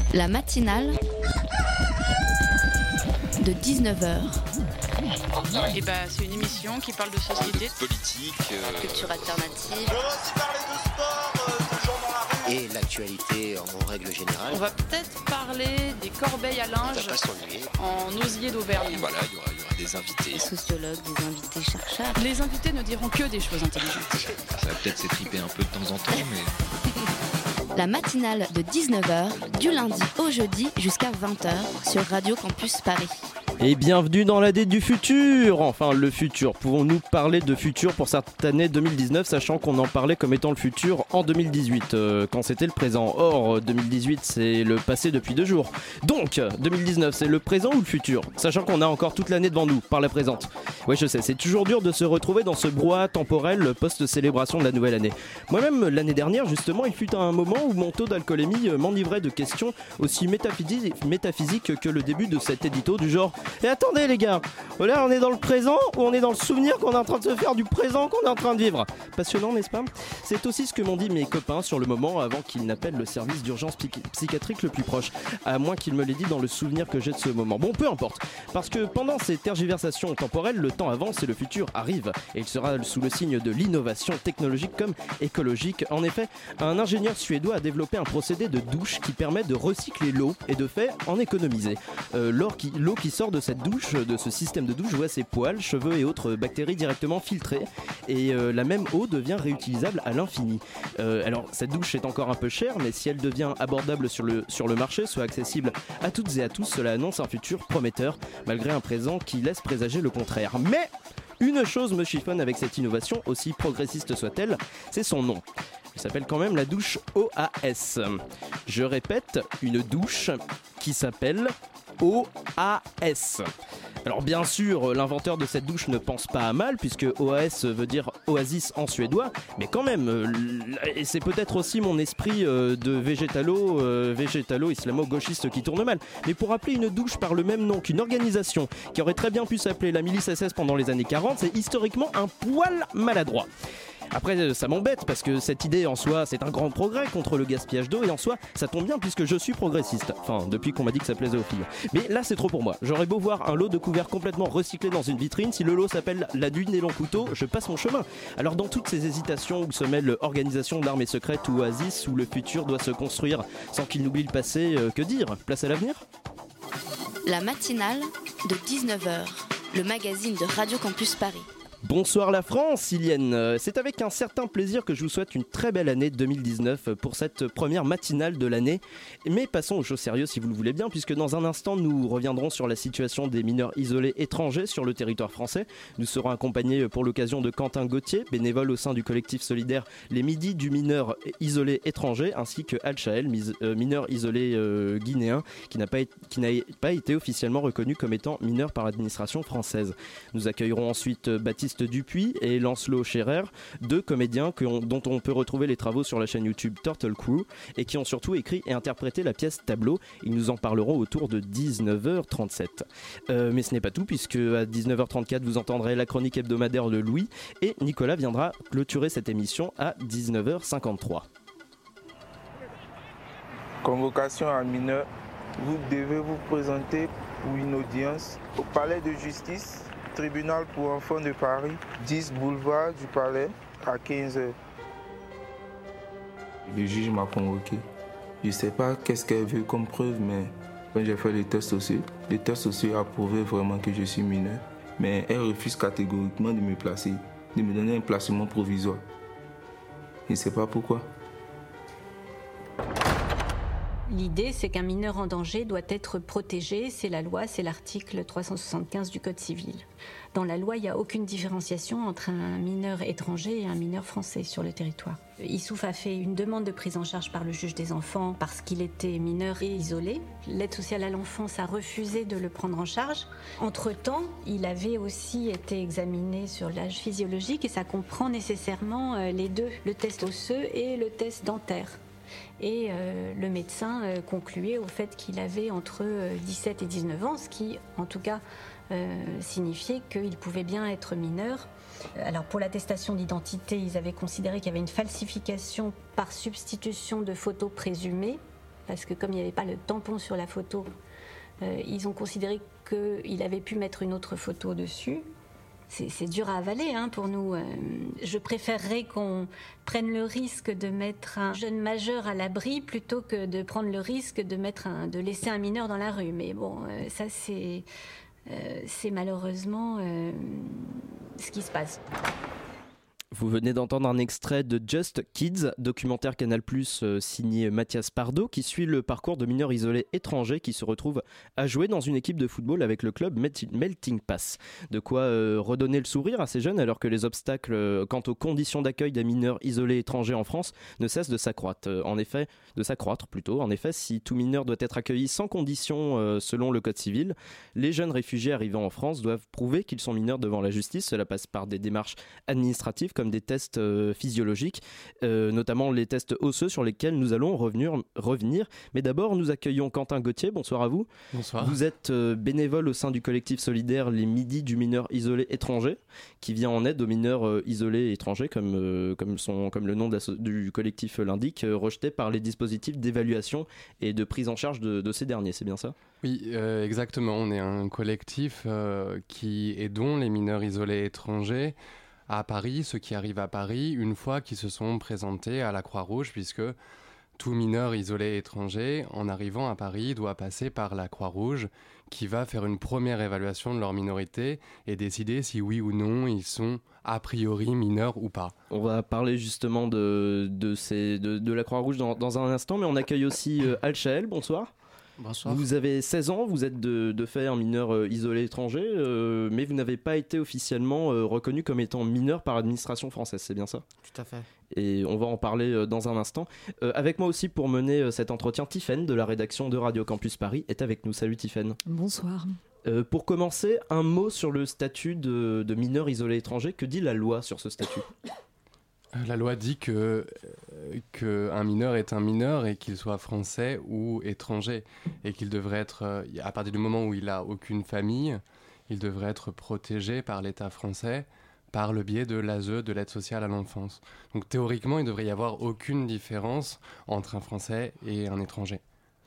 La matinale de 19h. Et c'est une émission qui parle de société, de politique, culture alternative. On va aussi parler de sport, de gens dans la rue. Et l'actualité en règle générale. On va peut-être parler des corbeilles à linge On va pas s'ennuyer. en osier d'Auvergne. Voilà, il y aura des invités. Des sociologues, des invités chercheurs. Les invités ne diront que des choses intelligentes. Ça va peut-être s'étriper un peu de temps en temps, mais... La matinale de 19h, du lundi au jeudi jusqu'à 20h sur Radio Campus Paris. Et bienvenue dans l'année du futur. Enfin, le futur. Pouvons-nous parler de futur pour cette année 2019, sachant qu'on en parlait comme étant le futur en 2018, quand c'était le présent. Or, 2018, c'est le passé depuis 2 jours. Donc, 2019, c'est le présent ou le futur, sachant qu'on a encore toute l'année devant nous, par la présente. Oui, je sais, c'est toujours dur de se retrouver dans ce brouhaha temporel post-célébration de la nouvelle année. Moi-même, l'année dernière, justement, il fut un moment où mon taux d'alcoolémie m'enivrait de questions aussi métaphysiques que le début de cet édito du genre... Et attendez les gars, là on est dans le présent ou on est dans le souvenir qu'on est en train de se faire du présent qu'on est en train de vivre? Passionnant, n'est-ce pas? C'est aussi ce que m'ont dit mes copains sur le moment avant qu'ils n'appellent le service d'urgence psychiatrique le plus proche, à moins qu'ils me l'aient dit dans le souvenir que j'ai de ce moment. Bon, peu importe, parce que pendant ces tergiversations temporelles, le temps avance et le futur arrive, et il sera sous le signe de l'innovation technologique comme écologique. En effet, un ingénieur suédois a développé un procédé de douche qui permet de recycler l'eau et de fait en économiser. L'eau qui sort de cette douche, de ce système de douche, voit ses poils, cheveux et autres bactéries directement filtrées, et la même eau devient réutilisable à l'infini. Alors cette douche est encore un peu chère, mais si elle devient abordable sur le marché, soit accessible à toutes et à tous, cela annonce un futur prometteur, malgré un présent qui laisse présager le contraire. Mais une chose me chiffonne avec cette innovation, aussi progressiste soit-elle, c'est son nom. Elle s'appelle quand même la douche OAS. Je répète, une douche qui s'appelle OAS. Alors bien sûr, l'inventeur de cette douche ne pense pas à mal, puisque OAS veut dire oasis en suédois, mais quand même, et c'est peut-être aussi mon esprit de végétalo-islamo-gauchiste qui tourne mal, mais pour appeler une douche par le même nom qu'une organisation qui aurait très bien pu s'appeler la milice SS pendant les années 40, c'est historiquement un poil maladroit. Après, ça m'embête parce que cette idée en soi, c'est un grand progrès contre le gaspillage d'eau, et en soi, ça tombe bien puisque je suis progressiste. Enfin, depuis qu'on m'a dit que ça plaisait aux filles. Mais là, c'est trop pour moi. J'aurais beau voir un lot de couverts complètement recyclés dans une vitrine, si le lot s'appelle la dune et long couteau, je passe mon chemin. Alors, dans toutes ces hésitations où se mêle organisation d'armées secrètes ou oasis, où le futur doit se construire sans qu'il n'oublie le passé, que dire? Place à l'avenir? La matinale de 19h, le magazine de Radio Campus Paris. Bonsoir la France, Ilienne. C'est avec un certain plaisir que je vous souhaite une très belle année 2019 pour cette première matinale de l'année. Mais passons aux choses sérieuses si vous le voulez bien, puisque dans un instant nous reviendrons sur la situation des mineurs isolés étrangers sur le territoire français. Nous serons accompagnés pour l'occasion de Quentin Gauthier, bénévole au sein du collectif solidaire Les Midis du mineur isolé étranger, ainsi que Al Chael, mineur isolé guinéen, qui n'a pas été officiellement reconnu comme étant mineur par l'administration française. Nous accueillerons ensuite Baptiste Dupuis et Lancelot Scherer, 2 comédiens dont on peut retrouver les travaux sur la chaîne YouTube Turtle Crew et qui ont surtout écrit et interprété la pièce Tableau. Ils nous en parleront autour de 19h37. Mais ce n'est pas tout, puisque à 19h34 vous entendrez la chronique hebdomadaire de Louis et Nicolas viendra clôturer cette émission à 19h53. Convocation à mineurs, vous devez vous présenter pour une audience au palais de justice, tribunal pour enfants de Paris, 10 boulevard du Palais, à 15h. Le juge m'a convoqué. Je ne sais pas qu'est-ce qu'elle veut comme preuve, mais quand j'ai fait les tests sociaux a prouvé vraiment que je suis mineur. Mais elle refuse catégoriquement de me placer, de me donner un placement provisoire. Je ne sais pas pourquoi. L'idée, c'est qu'un mineur en danger doit être protégé. C'est la loi, c'est l'article 375 du Code civil. Dans la loi, il n'y a aucune différenciation entre un mineur étranger et un mineur français sur le territoire. Issouf a fait une demande de prise en charge par le juge des enfants parce qu'il était mineur et isolé. L'aide sociale à l'enfance a refusé de le prendre en charge. Entre-temps, il avait aussi été examiné sur l'âge physiologique et ça comprend nécessairement les deux, le test osseux et le test dentaire. Et le médecin concluait au fait qu'il avait entre 17 et 19 ans, ce qui, en tout cas, signifiait qu'il pouvait bien être mineur. Alors pour l'attestation d'identité, ils avaient considéré qu'il y avait une falsification par substitution de photos présumées. parce que comme il n'y avait pas le tampon sur la photo, ils ont considéré qu'il avait pu mettre une autre photo dessus. C'est dur à avaler pour nous. Je préférerais qu'on prenne le risque de mettre un jeune majeur à l'abri plutôt que de prendre le risque de laisser un mineur dans la rue. Mais bon, ça c'est malheureusement ce qui se passe. Vous venez d'entendre un extrait de Just Kids, documentaire Canal+, signé Mathias Pardo, qui suit le parcours de mineurs isolés étrangers qui se retrouvent à jouer dans une équipe de football avec le club Melting Pass. De quoi redonner le sourire à ces jeunes alors que les obstacles quant aux conditions d'accueil des mineurs isolés étrangers en France ne cessent de s'accroître. En effet, si tout mineur doit être accueilli sans condition selon le Code civil, les jeunes réfugiés arrivant en France doivent prouver qu'ils sont mineurs devant la justice. Cela passe par des démarches administratives comme des tests physiologiques, notamment les tests osseux sur lesquels nous allons revenir. Mais d'abord, nous accueillons Quentin Gauthier. Bonsoir à vous. Bonsoir. Vous êtes bénévole au sein du collectif solidaire Les Midis du mineur isolé étranger, qui vient en aide aux mineurs isolés étrangers, comme le nom du collectif l'indique, rejetés par les dispositifs d'évaluation et de prise en charge de ces derniers. C'est bien ça ? Oui, exactement. On est un collectif qui aidons les mineurs isolés étrangers à Paris, ceux qui arrivent à Paris, une fois qu'ils se sont présentés à la Croix-Rouge, puisque tout mineur isolé étranger, en arrivant à Paris, doit passer par la Croix-Rouge, qui va faire une première évaluation de leur minorité et décider si oui ou non ils sont a priori mineurs ou pas. On va parler justement de la Croix-Rouge dans un instant, mais on accueille aussi Al-Shael. Bonsoir. Bonsoir. Vous avez 16 ans, vous êtes de fait un mineur isolé étranger, mais vous n'avez pas été officiellement reconnu comme étant mineur par l'administration française, c'est bien ça ? Tout à fait. Et on va en parler dans un instant. Avec moi aussi pour mener cet entretien, Tiffaine de la rédaction de Radio Campus Paris est avec nous. Salut Tiffaine. Bonsoir. Pour commencer, un mot sur le statut de mineur isolé étranger. Que dit la loi sur ce statut ? La loi dit que un mineur est un mineur et qu'il soit français ou étranger et qu'il devrait être, à partir du moment où il a aucune famille, il devrait être protégé par l'État français par le biais de l'ASE, de l'aide sociale à l'enfance. Donc théoriquement, il ne devrait y avoir aucune différence entre un français et un étranger.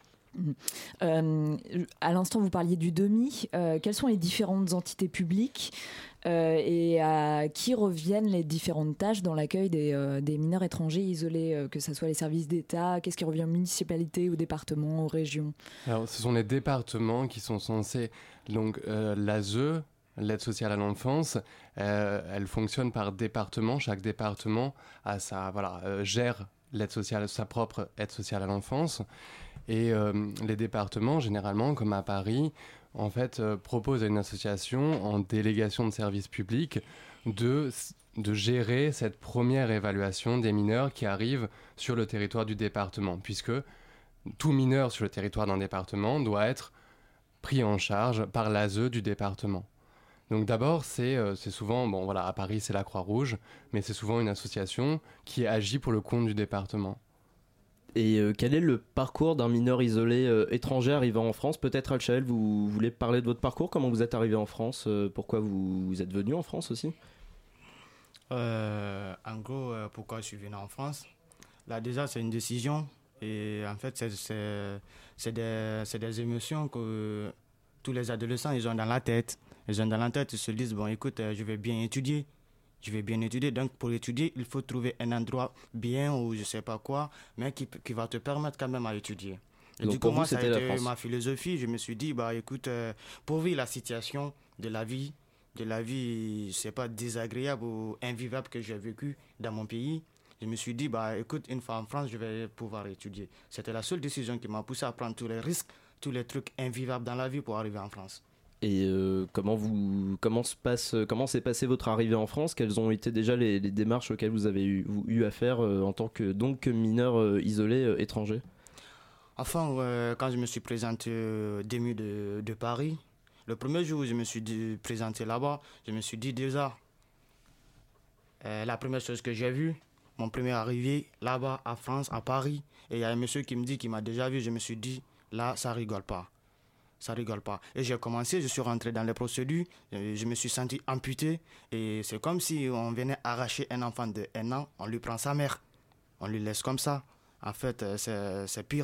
À l'instant, vous parliez du DEMI. Quelles sont les différentes entités publiques et à qui reviennent les différentes tâches dans l'accueil des mineurs étrangers isolés, que ce soit les services d'État, qu'est-ce qui revient aux municipalités, aux départements, aux régions ? Alors, ce sont les départements qui sont censés... Donc, l'ASE, l'aide sociale à l'enfance, elle fonctionne par département. Chaque département gère l'aide sociale, sa propre aide sociale à l'enfance. Et les départements, généralement, comme à Paris, en fait, proposent à une association en délégation de service public de gérer cette première évaluation des mineurs qui arrivent sur le territoire du département, puisque tout mineur sur le territoire d'un département doit être pris en charge par l'ASE du département. Donc d'abord, c'est souvent, à Paris, c'est la Croix-Rouge, mais c'est souvent une association qui agit pour le compte du département. Et quel est le parcours d'un mineur isolé étranger arrivant en France ? Peut-être Al-Shael, vous voulez parler de votre parcours ? Comment vous êtes arrivé en France ? Pourquoi vous êtes venu en France aussi ? En gros, pourquoi je suis venu en France ? Là déjà, c'est une décision. Et en fait, c'est des émotions que tous les adolescents ils ont dans la tête. Ils se disent, bon écoute, je vais bien étudier. Donc pour étudier, il faut trouver un endroit bien ou je sais pas quoi, mais qui va te permettre quand même à étudier. Et donc du coup, moi, ça a été ma philosophie. Je me suis dit, écoute, pour vivre la situation de la vie, c'est pas désagréable ou invivable que j'ai vécu dans mon pays, je me suis dit, écoute, une fois en France, je vais pouvoir étudier. C'était la seule décision qui m'a poussé à prendre tous les risques, tous les trucs invivables dans la vie pour arriver en France. Et comment s'est passée votre arrivée en France ? Quelles ont été déjà les démarches auxquelles vous avez eu à faire en tant que mineur isolé étranger ? Enfin, quand je me suis présenté au DEMI de Paris, le premier jour où je me suis présenté là-bas, je me suis dit déjà, la première chose que j'ai vue, mon premier arrivé là-bas à France, à Paris, et il y a un monsieur qui me dit qu'il m'a déjà vu, je me suis dit, là, ça rigole pas. Et j'ai commencé, je suis rentré dans les procédures, je me suis senti amputé, et c'est comme si on venait arracher un enfant de 1 an, on lui prend sa mère, on lui laisse comme ça. En fait, c'est pire.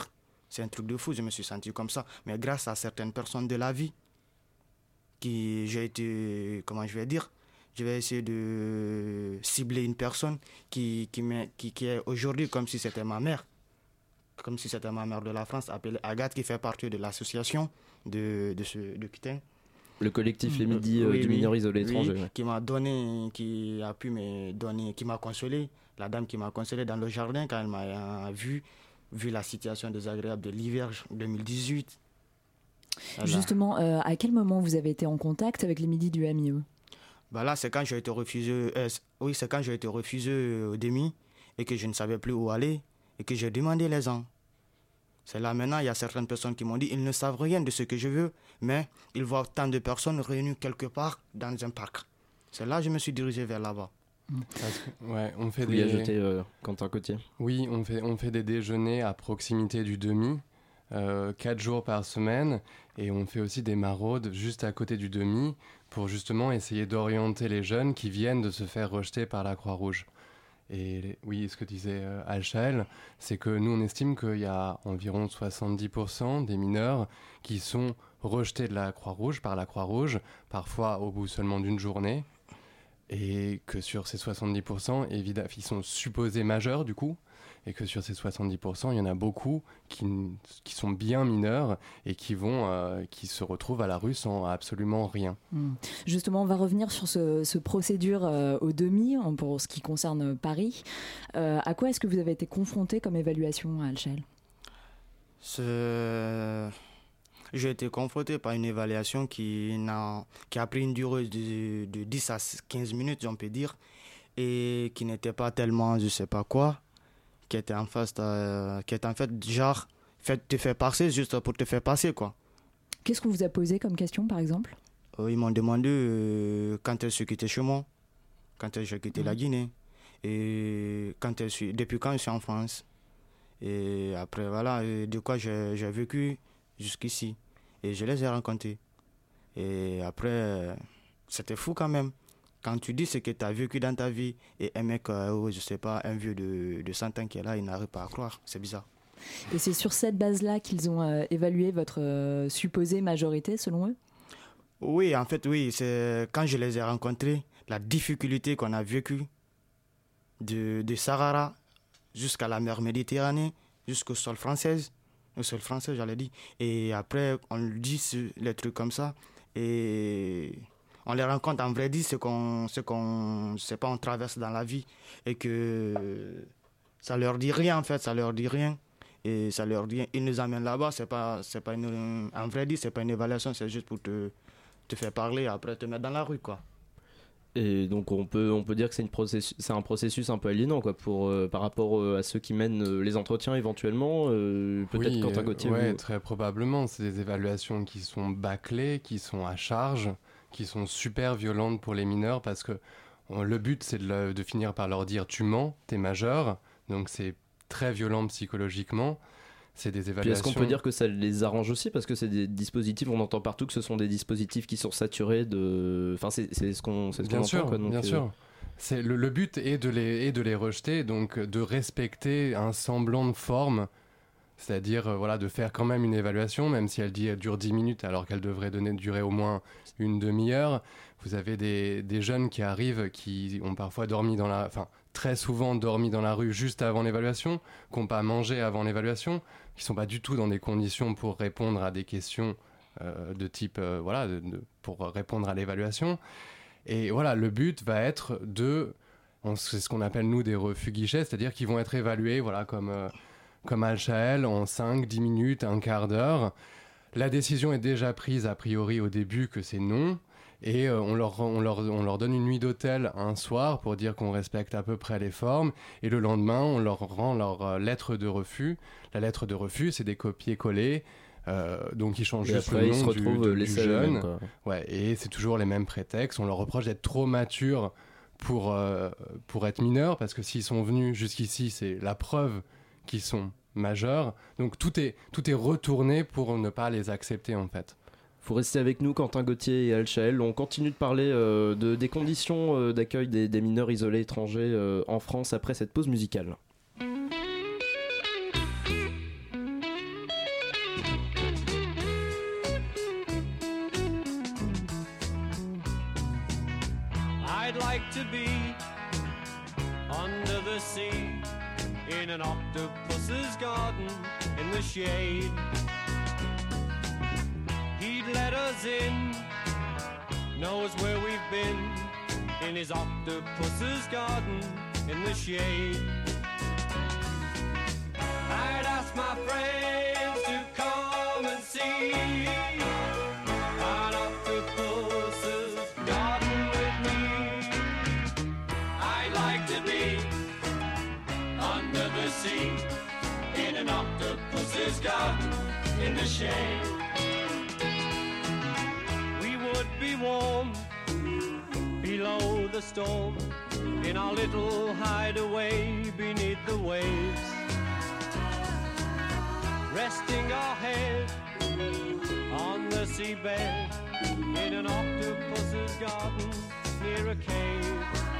C'est un truc de fou, je me suis senti comme ça. Mais grâce à certaines personnes de la vie, j'ai été, comment je vais dire, je vais essayer de cibler une personne qui est aujourd'hui comme si c'était ma mère. Comme si c'était ma mère de la France, appelée Agathe, qui fait partie de l'association de Cutin. Le collectif Les Midis du mineur isolé étranger. Oui, qui m'a donné, qui a pu me donner, qui m'a consolé. La dame qui m'a consolé dans le jardin quand elle m'a vu la situation désagréable de l'hiver 2018. Voilà. Justement, à quel moment vous avez été en contact avec les Midis du MIE? Bah là, c'est quand j'ai été refusé. C'est quand j'ai été refusé au DEMI et que je ne savais plus où aller et que j'ai demandé les ans. C'est là maintenant, il y a certaines personnes qui m'ont dit ils ne savent rien de ce que je veux, mais ils voient tant de personnes réunies quelque part dans un parc. C'est là que je me suis dirigé vers là-bas. Ouais, on fait des... ajouter Quentin Cotier. Oui, on fait des déjeuners à proximité du DEMI, 4 jours par semaine, et on fait aussi des maraudes juste à côté du DEMI pour justement essayer d'orienter les jeunes qui viennent de se faire rejeter par la Croix-Rouge. Et oui, ce que disait Alchaël, c'est que nous on estime qu'il y a environ 70% des mineurs qui sont rejetés de la Croix-Rouge, par la Croix-Rouge, parfois au bout seulement d'une journée, et que sur ces 70%, évidemment, ils sont supposés majeurs du coup, et que sur ces 70%, il y en a beaucoup qui sont bien mineurs et qui se retrouvent à la rue sans absolument rien. Justement, on va revenir sur ce procédure au DEMI pour ce qui concerne Paris. À quoi est-ce que vous avez été confronté comme évaluation à Alchaël? J'ai été confronté par une évaluation qui a pris une durée de 10 à 15 minutes, on peut dire, et qui n'était pas tellement, je sais pas quoi, qui était en fait genre te faire passer juste pour te faire passer, quoi. Qu'est-ce qu'on vous a posé comme question, par exemple? Ils m'ont demandé quand est-ce que quitté chez moi, quand est-ce que j'ai quitté la Guinée, et depuis quand je suis en France. Et après, voilà, de quoi j'ai vécu jusqu'ici. Et je les ai rencontrés. Et après, c'était fou quand même. Quand tu dis ce que tu as vécu dans ta vie et un mec, je sais pas, un vieux de 100 ans qui est là, il n'arrive pas à croire. C'est bizarre. Et c'est sur cette base-là qu'ils ont évalué votre supposée majorité, selon eux? Oui, en fait, oui. C'est quand je les ai rencontrés, la difficulté qu'on a vécue de Sahara jusqu'à la mer Méditerranée, jusqu'au sol français, j'allais dire. Et après, on lui dit les trucs comme ça. Et on les rencontre en vrai dit ce qu'on sait pas, on traverse dans la vie. Et que ça leur dit rien, en fait, ça leur dit rien. Et ça leur dit, ils nous amènent là-bas, en vrai dit, c'est pas une évaluation, c'est juste pour te faire parler et après te mettre dans la rue, quoi. Et donc on peut dire que c'est un processus un peu aliénant, quoi, par rapport à ceux qui mènent les entretiens éventuellement, peut-être. Oui, Quentin Gauthier. très probablement. C'est des évaluations qui sont bâclées, qui sont à charge, qui sont super violentes pour les mineurs parce que le but c'est de finir par leur dire tu mens, t'es majeur, donc c'est très violent psychologiquement. C'est des évaluations. Puis est-ce qu'on peut dire que ça les arrange aussi parce que c'est des dispositifs, on entend partout que ce sont des dispositifs qui sont saturés de... Enfin, c'est ce qu'on bien entend. Sûr, quoi, donc, bien sûr. C'est le but est de les rejeter, donc de respecter un semblant de forme, c'est-à-dire de faire quand même une évaluation, même si elle dure 10 minutes alors qu'elle devrait durer au moins une demi-heure. Vous avez des jeunes qui arrivent, qui ont parfois très souvent dormi dans la rue juste avant l'évaluation, qui n'ont pas mangé avant l'évaluation, qui ne sont pas du tout dans des conditions pour répondre à des questions de type, pour répondre à l'évaluation. Et voilà, le but va être c'est ce qu'on appelle nous des refus guichets, c'est-à-dire qu'ils vont être évalués comme Alchaël en 5-10 minutes, un quart d'heure. La décision est déjà prise a priori au début que c'est non. Et on leur donne une nuit d'hôtel un soir pour dire qu'on respecte à peu près les formes. Et le lendemain, on leur rend leur lettre de refus. La lettre de refus, c'est des copier-coller. Donc ils changent juste le nom du jeune. Ouais, et c'est toujours les mêmes prétextes. On leur reproche d'être trop matures pour être mineurs. Parce que s'ils sont venus jusqu'ici, c'est la preuve qu'ils sont majeurs. Donc tout est retourné pour ne pas les accepter en fait. Faut rester avec nous, Quentin Gauthier et Alchaël. On continue de parler des conditions d'accueil des mineurs isolés étrangers en France après cette pause musicale. I'd like to be under the sea in an octopus's garden in the shade. He'd let us in, knows where we've been, in his octopus's garden in the shade. I'd ask my friends to come and see an octopus's garden with me. I'd like to be under the sea in an octopus's garden in the shade. We would be warm below the storm in our little hideaway beneath the waves, resting our head on the seabed in an octopus's garden near a cave.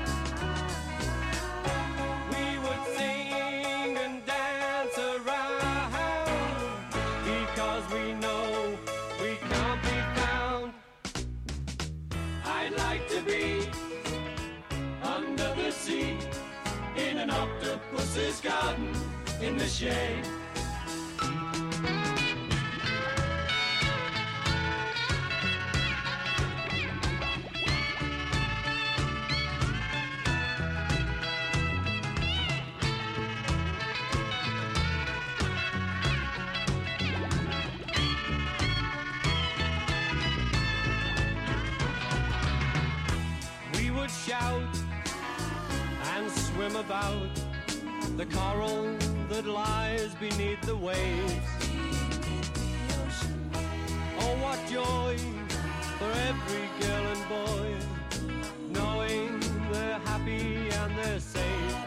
We would sing and dance around because we know we can't be found. I'd like to be under the sea in an octopus's garden in the shade. Shout and swim about the coral that lies beneath the waves. Oh, what joy for every girl and boy, knowing they're happy and they're safe.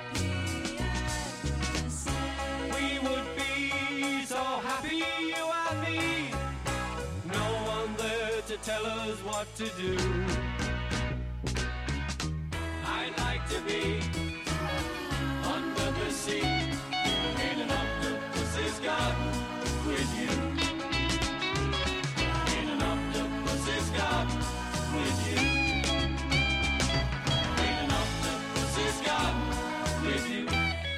We would be so happy, you and me, no one there to tell us what to do. I'd like to be under the sea in an octopus's garden with you. In an octopus's garden with you. In an octopus's garden with you.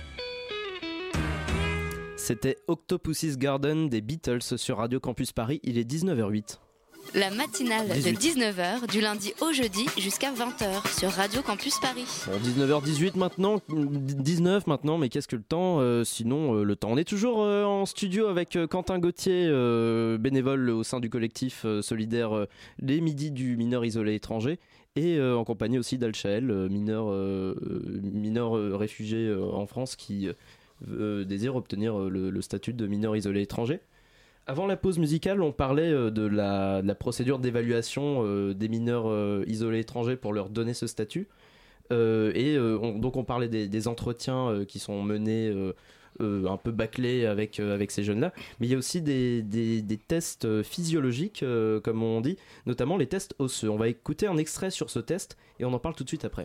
C'était Octopus's Garden des Beatles sur Radio Campus Paris, il est 19h08. La matinale 18. de 19h du lundi au jeudi jusqu'à 20h sur Radio Campus Paris. Bon, 19h18 maintenant, 19 maintenant, mais qu'est-ce que le temps sinon le temps. On est toujours en studio avec Quentin Gauthier, bénévole au sein du collectif solidaire Les Midis du mineur isolé étranger, et en compagnie aussi d'Al-Shael, mineur réfugié en France qui désire obtenir le statut de mineur isolé étranger. Avant la pause musicale, on parlait de la procédure d'évaluation des mineurs isolés étrangers pour leur donner ce statut. Donc on parlait des entretiens qui sont menés un peu bâclés avec ces jeunes-là. Mais il y a aussi des tests physiologiques, comme on dit, notamment les tests osseux. On va écouter un extrait sur ce test et on en parle tout de suite après.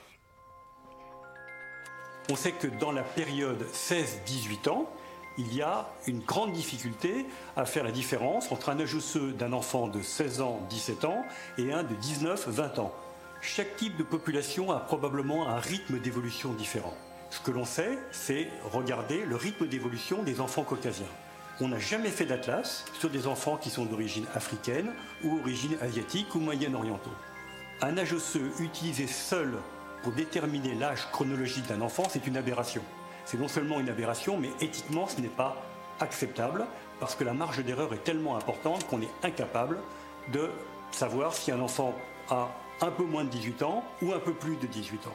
On sait que dans la période 16-18 ans, il y a une grande difficulté à faire la différence entre un âge osseux d'un enfant de 16 ans, 17 ans et un de 19, 20 ans. Chaque type de population a probablement un rythme d'évolution différent. Ce que l'on sait, c'est regarder le rythme d'évolution des enfants caucasiens. On n'a jamais fait d'atlas sur des enfants qui sont d'origine africaine ou origine asiatique ou moyen-orientaux. Un âge osseux utilisé seul pour déterminer l'âge chronologique d'un enfant, c'est une aberration. C'est non seulement une aberration, mais éthiquement, ce n'est pas acceptable parce que la marge d'erreur est tellement importante qu'on est incapable de savoir si un enfant a un peu moins de 18 ans ou un peu plus de 18 ans.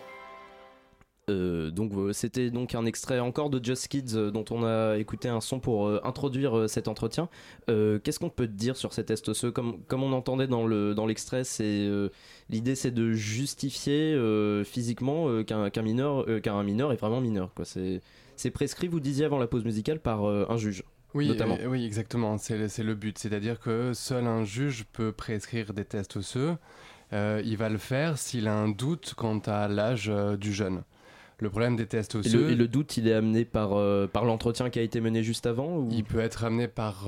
C'était donc un extrait encore de Just Kids dont on a écouté un son pour introduire cet entretien. Qu'est-ce qu'on peut te dire sur ces tests osseux ? Comme on entendait dans l'extrait, l'idée c'est de justifier physiquement qu'un mineur est vraiment mineur, quoi. C'est prescrit, vous disiez avant la pause musicale, par un juge. Oui, notamment. Oui, exactement, c'est le but. C'est-à-dire que seul un juge peut prescrire des tests osseux. Il va le faire s'il a un doute quant à l'âge du jeune. Le problème des tests osseux... Et le doute, il est amené par l'entretien qui a été mené juste avant ou... Il peut être amené par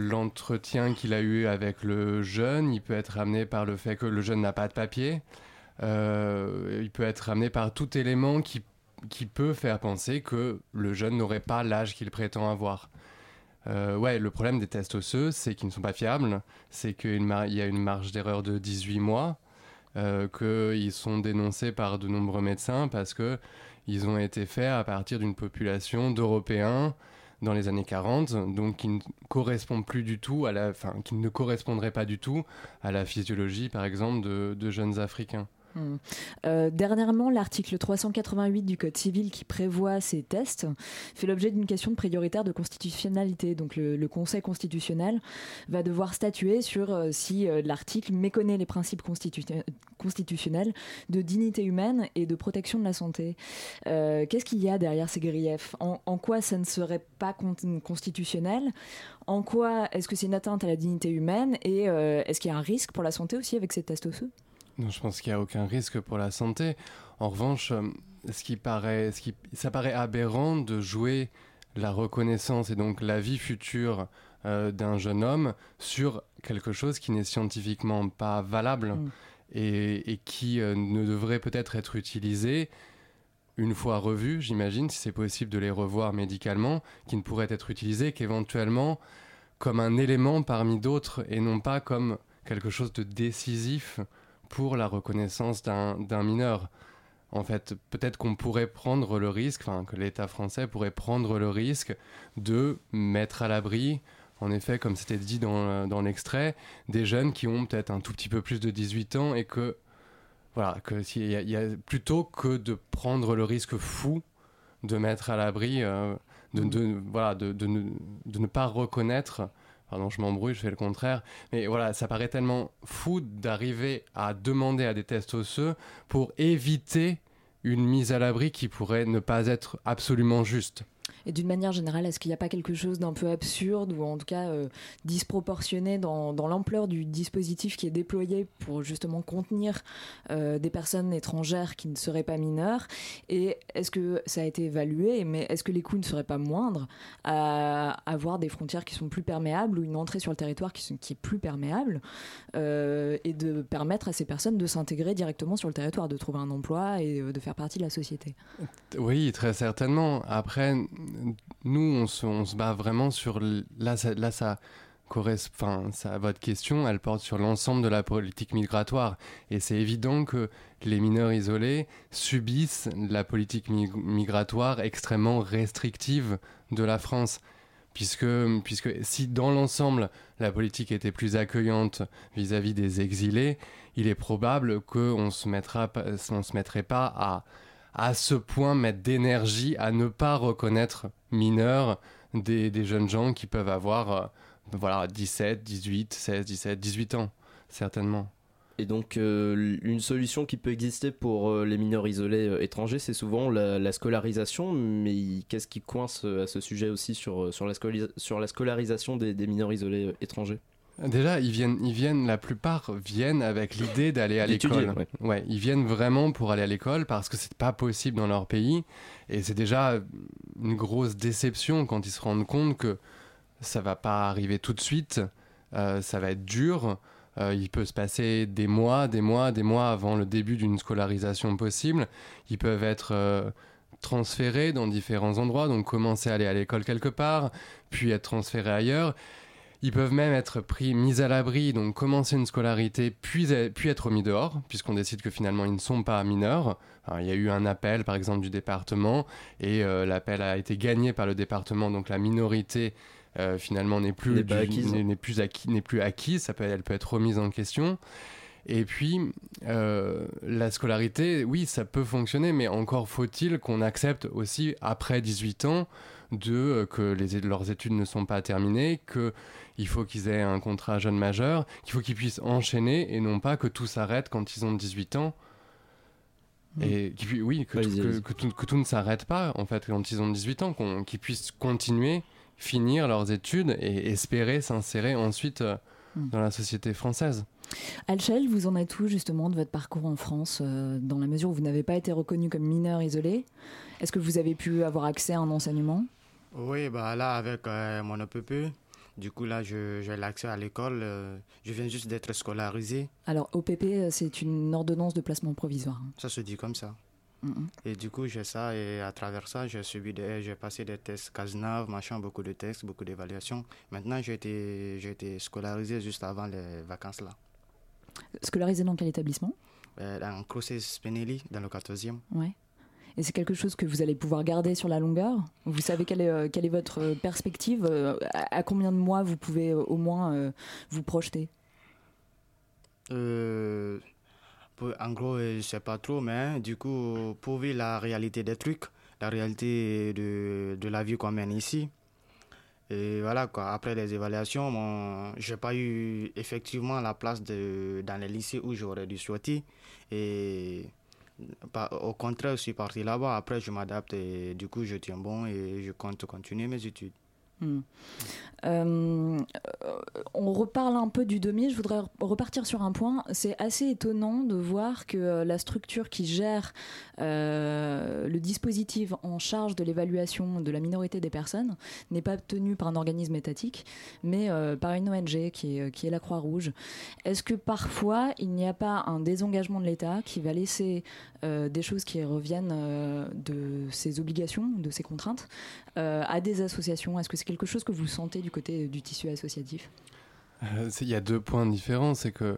l'entretien qu'il a eu avec le jeune, il peut être amené par le fait que le jeune n'a pas de papier. il peut être amené par tout élément qui peut faire penser que le jeune n'aurait pas l'âge qu'il prétend avoir. Le problème des tests osseux, c'est qu'ils ne sont pas fiables, c'est qu'il y a une marge d'erreur de 18 mois, qu'ils sont dénoncés par de nombreux médecins parce qu'ils ont été faits à partir d'une population d'Européens dans les années 40, donc qui ne correspond plus du tout qui ne correspondrait pas du tout à la physiologie, par exemple, de jeunes Africains. Dernièrement, l'article 388 du Code civil qui prévoit ces tests fait l'objet d'une question prioritaire de constitutionnalité. Donc le Conseil constitutionnel va devoir statuer sur si l'article méconnaît les principes constitutionnels de dignité humaine et de protection de la santé. Qu'est-ce qu'il y a derrière ces griefs ? En quoi ça ne serait pas constitutionnel ? En quoi est-ce que c'est une atteinte à la dignité humaine ? Et est-ce qu'il y a un risque pour la santé aussi avec ces tests osseux ? Non, je pense qu'il n'y a aucun risque pour la santé. En revanche, ça paraît aberrant de jouer la reconnaissance et donc la vie future d'un jeune homme sur quelque chose qui n'est scientifiquement pas valable et qui ne devrait peut-être être utilisé une fois revu, j'imagine, si c'est possible de les revoir médicalement, qui ne pourrait être utilisé qu'éventuellement comme un élément parmi d'autres et non pas comme quelque chose de décisif pour la reconnaissance d'un mineur. En fait, peut-être qu'on pourrait prendre le risque, que l'État français pourrait prendre le risque de mettre à l'abri, en effet, comme c'était dit dans l'extrait, des jeunes qui ont peut-être un tout petit peu plus de 18 ans et plutôt que de prendre le risque fou de mettre à l'abri, de ne pas reconnaître. Pardon, je m'embrouille, je fais le contraire. Mais voilà, ça paraît tellement fou d'arriver à demander à des tests osseux pour éviter une mise à l'abri qui pourrait ne pas être absolument juste. Et d'une manière générale, est-ce qu'il n'y a pas quelque chose d'un peu absurde ou en tout cas disproportionné dans l'ampleur du dispositif qui est déployé pour justement contenir des personnes étrangères qui ne seraient pas mineures ? Et est-ce que ça a été évalué, mais est-ce que les coûts ne seraient pas moindres à avoir des frontières qui sont plus perméables ou une entrée sur le territoire qui est plus perméable et de permettre à ces personnes de s'intégrer directement sur le territoire, de trouver un emploi et de faire partie de la société ? Oui, très certainement. Après, nous, on se bat vraiment sur... votre question, elle porte sur l'ensemble de la politique migratoire. Et c'est évident que les mineurs isolés subissent la politique migratoire extrêmement restrictive de la France. Puisque si dans l'ensemble, la politique était plus accueillante vis-à-vis des exilés, il est probable qu'on ne se mettrait pas à ce point mettre d'énergie à ne pas reconnaître mineurs des jeunes gens qui peuvent avoir 17, 18, 16, 17, 18 ans, certainement. Et donc une solution qui peut exister pour les mineurs isolés étrangers, c'est souvent la scolarisation, mais qu'est-ce qui coince à ce sujet aussi sur la scolarisation des mineurs isolés étrangers ? Déjà, la plupart viennent avec l'idée d'aller à l'école. Ouais, ils viennent vraiment pour aller à l'école parce que c'est pas possible dans leur pays. Et c'est déjà une grosse déception quand ils se rendent compte que ça va pas arriver tout de suite. Ça va être dur. Il peut se passer des mois avant le début d'une scolarisation possible. Ils peuvent être transférés dans différents endroits, donc commencer à aller à l'école quelque part, puis être transférés ailleurs. Ils peuvent même être mis à l'abri, donc commencer une scolarité, puis être mis dehors, puisqu'on décide que finalement ils ne sont pas mineurs. Alors, il y a eu un appel, par exemple, du département, et l'appel a été gagné par le département, donc la minorité finalement n'est plus acquise, elle peut être remise en question. Et puis, la scolarité, oui, ça peut fonctionner, mais encore faut-il qu'on accepte aussi, après 18 ans, que leurs études ne sont pas terminées, qu'il faut qu'ils aient un contrat jeune majeur, qu'il faut qu'ils puissent enchaîner, et non pas que tout s'arrête quand ils ont 18 ans. Et que tout ne s'arrête pas, en fait, quand ils ont 18 ans, qu'ils puissent continuer, finir leurs études et espérer s'insérer ensuite dans la société française. Alchel, vous en êtes où justement de votre parcours en France, dans la mesure où vous n'avez pas été reconnu comme mineur isolé ? Est-ce que vous avez pu avoir accès à un enseignement ? Oui, là avec mon EPP, Du coup, là, j'ai l'accès à l'école. Je viens juste d'être scolarisé. Alors, OPP, c'est une ordonnance de placement provisoire. Ça se dit comme ça. Et du coup, j'ai ça. Et à travers ça, j'ai passé des tests CASNAV, beaucoup de tests, beaucoup d'évaluations. Maintenant, j'ai été scolarisé juste avant les vacances là. Scolarisé dans quel établissement? Dans Crocès Spinelli, dans le 14e. Ouais. Et c'est quelque chose que vous allez pouvoir garder sur la longueur? Vous savez quelle est votre perspective? À combien de mois vous pouvez au moins vous projeter? En gros, je ne sais pas trop, mais du coup, pour vivre la réalité des trucs, la réalité de la vie qu'on mène ici. Et voilà, quoi. Après les évaluations, je n'ai pas eu effectivement la place dans les lycées où j'aurais dû souhaiter. Et au contraire, je suis parti là-bas. Après, je m'adapte et du coup, je tiens bon et je compte continuer mes études. On reparle un peu du demi. Je voudrais repartir sur un point. C'est assez étonnant de voir que la structure qui gère le dispositif en charge de l'évaluation de la minorité des personnes n'est pas tenue par un organisme étatique, mais par une ONG qui est la Croix-Rouge. Est-ce que parfois il n'y a pas un désengagement de l'État qui va laisser des choses qui reviennent de ses obligations, de ses contraintes, à des associations? Est-ce que c'est quelque chose que vous sentez du côté du tissu associatif? Il y a 2 points différents. C'est que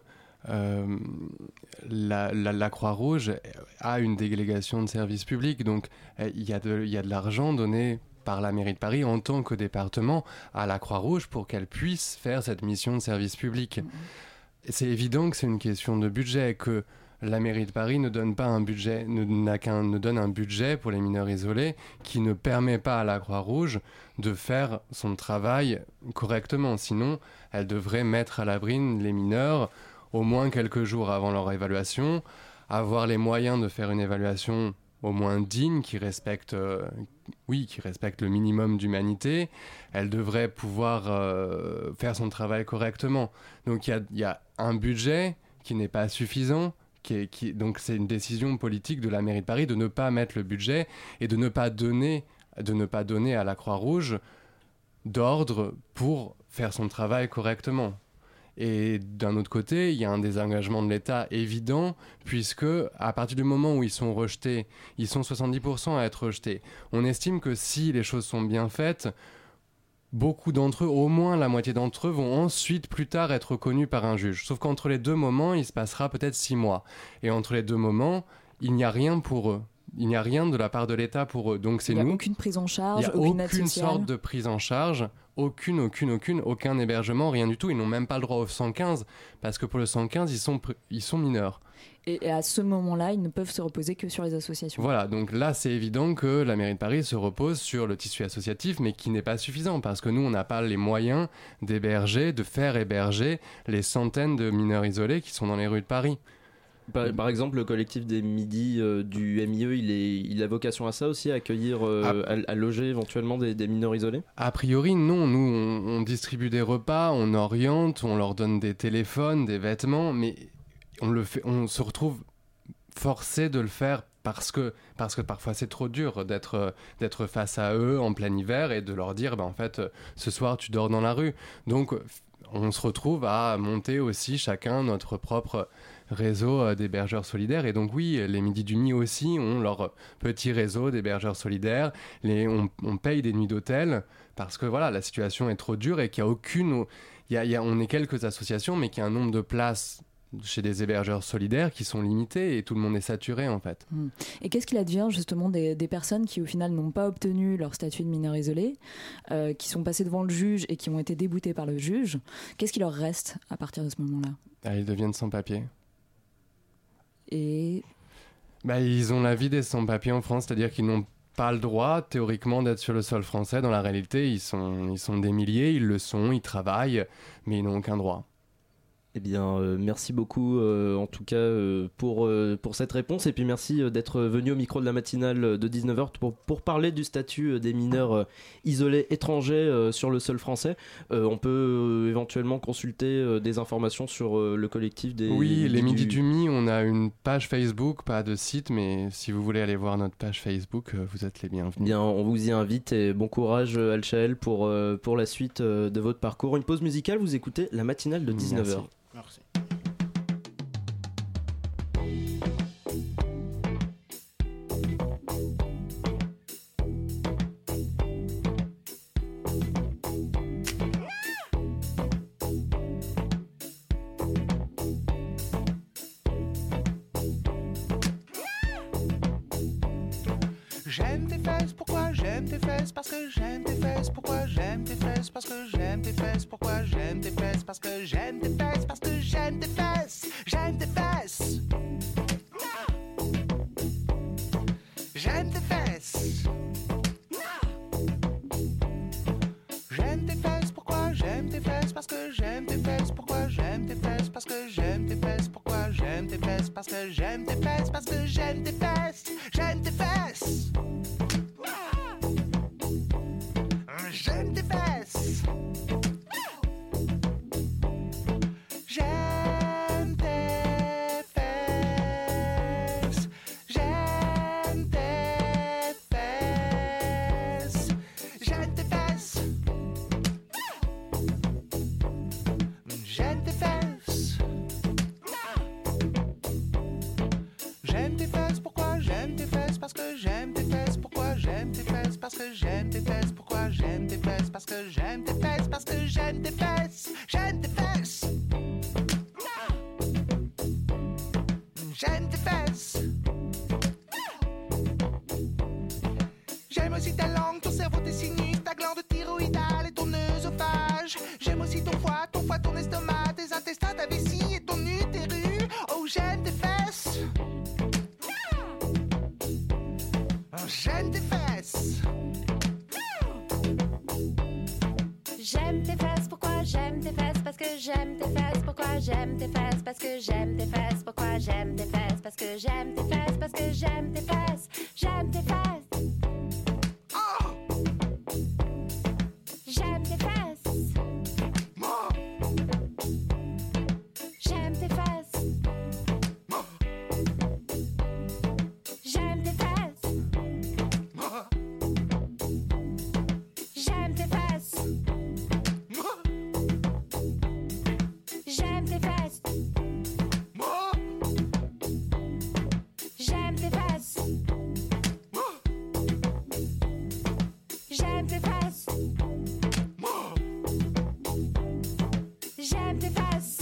la Croix-Rouge a une délégation de service public, donc il y a de l'argent donné par la mairie de Paris en tant que département à la Croix-Rouge pour qu'elle puisse faire cette mission de service public. C'est évident que c'est une question de budget, que la mairie de Paris ne donne pas un budget, ne donne un budget pour les mineurs isolés qui ne permet pas à la Croix-Rouge de faire son travail correctement. Sinon, elle devrait mettre à l'abri les mineurs au moins quelques jours avant leur évaluation, avoir les moyens de faire une évaluation au moins digne, qui respecte le minimum d'humanité. Elle devrait pouvoir faire son travail correctement. Donc il y a un budget qui n'est pas suffisant. Donc c'est une décision politique de la mairie de Paris de ne pas mettre le budget et de ne pas donner à la Croix-Rouge d'ordre pour faire son travail correctement. Et d'un autre côté, il y a un désengagement de l'État évident, puisque à partir du moment où ils sont rejetés, ils sont 70% à être rejetés. On estime que si les choses sont bien faites, beaucoup d'entre eux, au moins la moitié d'entre eux, vont ensuite, plus tard, être reconnus par un juge. Sauf qu'entre les 2 moments, il se passera peut-être 6 mois. Et entre les 2 moments, il n'y a rien pour eux. Il n'y a rien de la part de l'État pour eux. Donc c'est nous. Il n'y a aucune prise en charge, aucune aide sociale. sorte de prise en charge, aucun hébergement, rien du tout. Ils n'ont même pas le droit au 115, parce que pour le 115, ils sont mineurs. Et à ce moment-là, ils ne peuvent se reposer que sur les associations. Voilà, donc là, c'est évident que la mairie de Paris se repose sur le tissu associatif, mais qui n'est pas suffisant, parce que nous, on n'a pas les moyens de faire héberger les centaines de mineurs isolés qui sont dans les rues de Paris. Par exemple, le collectif des Midis du MIE, il a vocation à ça aussi, à accueillir, à loger éventuellement des mineurs isolés? A priori, non. Nous, on distribue des repas, on oriente, on leur donne des téléphones, des vêtements, mais on se retrouve forcé de le faire parce que parfois c'est trop dur d'être face à eux en plein hiver et de leur dire en fait ce soir tu dors dans la rue. Donc on se retrouve à monter aussi chacun notre propre réseau d'hébergeurs solidaires. Et donc oui, les Midis du Mi aussi ont leur petit réseau d'hébergeurs solidaires. On paye des nuits d'hôtel parce que voilà, la situation est trop dure et qu'il n'y a aucune... on est quelques associations, mais qu'il y a un nombre de places chez des hébergeurs solidaires qui sont limités et tout le monde est saturé en fait. Et qu'est-ce qu'il advient justement des personnes qui au final n'ont pas obtenu leur statut de mineur isolé, qui sont passées devant le juge et qui ont été déboutées par le juge? Qu'est-ce qui leur reste à partir de ce moment-là? Ils deviennent sans-papiers. Et ils ont la vie des sans-papiers en France, c'est-à-dire qu'ils n'ont pas le droit théoriquement d'être sur le sol français. Dans la réalité, ils sont des milliers, ils le sont, ils travaillent, mais ils n'ont aucun droit. Eh bien, merci beaucoup en tout cas pour cette réponse et puis merci d'être venu au micro de la matinale de 19h pour parler du statut des mineurs isolés étrangers sur le sol français. On peut éventuellement consulter des informations sur le collectif des... Oui, les Midi du Mi, on a une page Facebook, pas de site, mais si vous voulez aller voir notre page Facebook, vous êtes les bienvenus. Bien, on vous y invite et bon courage Alchael pour la suite de votre parcours. Une pause musicale, vous écoutez la matinale de 19h. Merci. J'aime tes fesses, pourquoi j'aime tes fesses? Parce que j'aime tes fesses, pourquoi j'aime tes fesses? Parce que j'aime tes fesses, pourquoi j'aime tes fesses? Parce que j'aime tes fesses, parce que j'aime tes fesses, j'aime tes fesses. J'aime tes fesses. J'aime tes fesses, pourquoi j'aime tes fesses? Parce que j'aime tes fesses, pourquoi j'aime tes fesses? Parce que j'aime tes fesses, pourquoi j'aime tes fesses? Parce que j'aime tes fesses, parce que j'aime tes fesses, j'aime tes fesses. J'aime tes fesses. J'aime tes fesses. J'aime tes fesses. J'aime tes fesses. J'aime tes fesses. J'aime tes fesses, pourquoi j'aime tes fesses? Parce que j'aime tes fesses, pourquoi j'aime tes fesses? Parce que j'aime tes fesses, pourquoi j'aime tes fesses? Parce que j'aime tes fesses, parce que j'aime tes fesses, j'aime tes fesses. J'aime tes fesses. J'aime aussi ta langue, ton cerveau, tes sinus, ta glande thyroïdale et ton œsophage. J'aime aussi ton foie, ton estomac, tes intestins, ta vessie et ton utérus. Oh, j'aime tes fesses. J'aime tes fesses. J'aime tes fesses, pourquoi j'aime tes fesses? Parce que j'aime tes fesses, pourquoi j'aime tes fesses? Parce que j'aime tes fesses, pourquoi j'aime tes fesses? Parce que j'aime tes fesses, parce que j'aime tes fesses, j'aime tes fesses. J'aime tes fesses. J'aime tes fesses. J'aime tes fesses. J'aime tes fesses. J'aime tes fesses. J'aime tes fesses. J'aime tes fesses. J'aime tes fesses.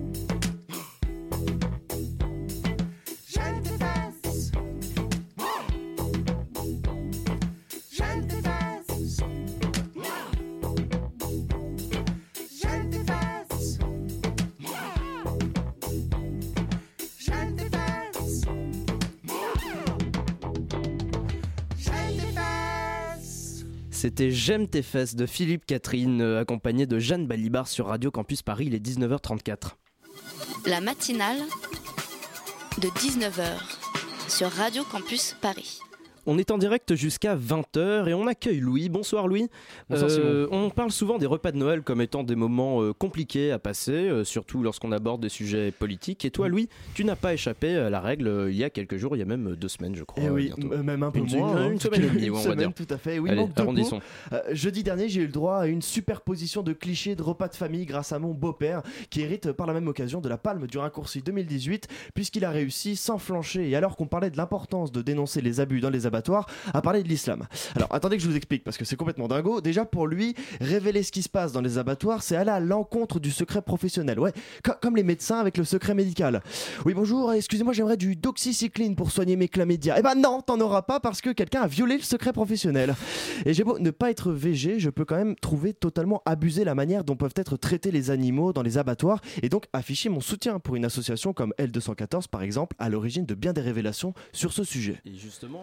J'aime tes fesses. J'aime tes fesses. J'aime tes fesses. J'aime tes fesses. J'aime tes fesses. C'était J'aime tes fesses de Philippe Catherine, accompagné de Jeanne Balibar sur Radio Campus Paris, il est 19h34. La matinale de 19h sur Radio Campus Paris. On est en direct jusqu'à 20h et on accueille Louis. Bonsoir Louis. Bonsoir Simon. On parle souvent des repas de Noël comme étant des moments compliqués à passer, surtout lorsqu'on aborde des sujets politiques. Et toi Louis, tu n'as pas échappé à la règle il y a quelques jours, il y a même 2 semaines je crois. Et oui, même un peu moins. Une semaine et demie, Une on va semaine, dire. tout à fait. Oui, Allez, manque de arrondissons. mots. Jeudi dernier, j'ai eu le droit à une superposition de clichés de repas de famille grâce à mon beau-père qui hérite par la même occasion de la palme du raccourci 2018 puisqu'il a réussi sans flancher. Et alors qu'on parlait de l'importance de dénoncer les abus dans les abattoirs, à parler de l'islam. Alors attendez que je vous explique parce que c'est complètement dingo. Déjà pour lui, révéler ce qui se passe dans les abattoirs, c'est aller à l'encontre du secret professionnel. Ouais, comme les médecins avec le secret médical. Oui bonjour, excusez-moi, j'aimerais du doxycycline pour soigner mes chlamydia. Eh ben non, t'en auras pas parce que quelqu'un a violé le secret professionnel. Et j'ai beau ne pas être végé, je peux quand même trouver totalement abusé la manière dont peuvent être traités les animaux dans les abattoirs et donc afficher mon soutien pour une association comme L214 par exemple, à l'origine de bien des révélations sur ce sujet. Et justement,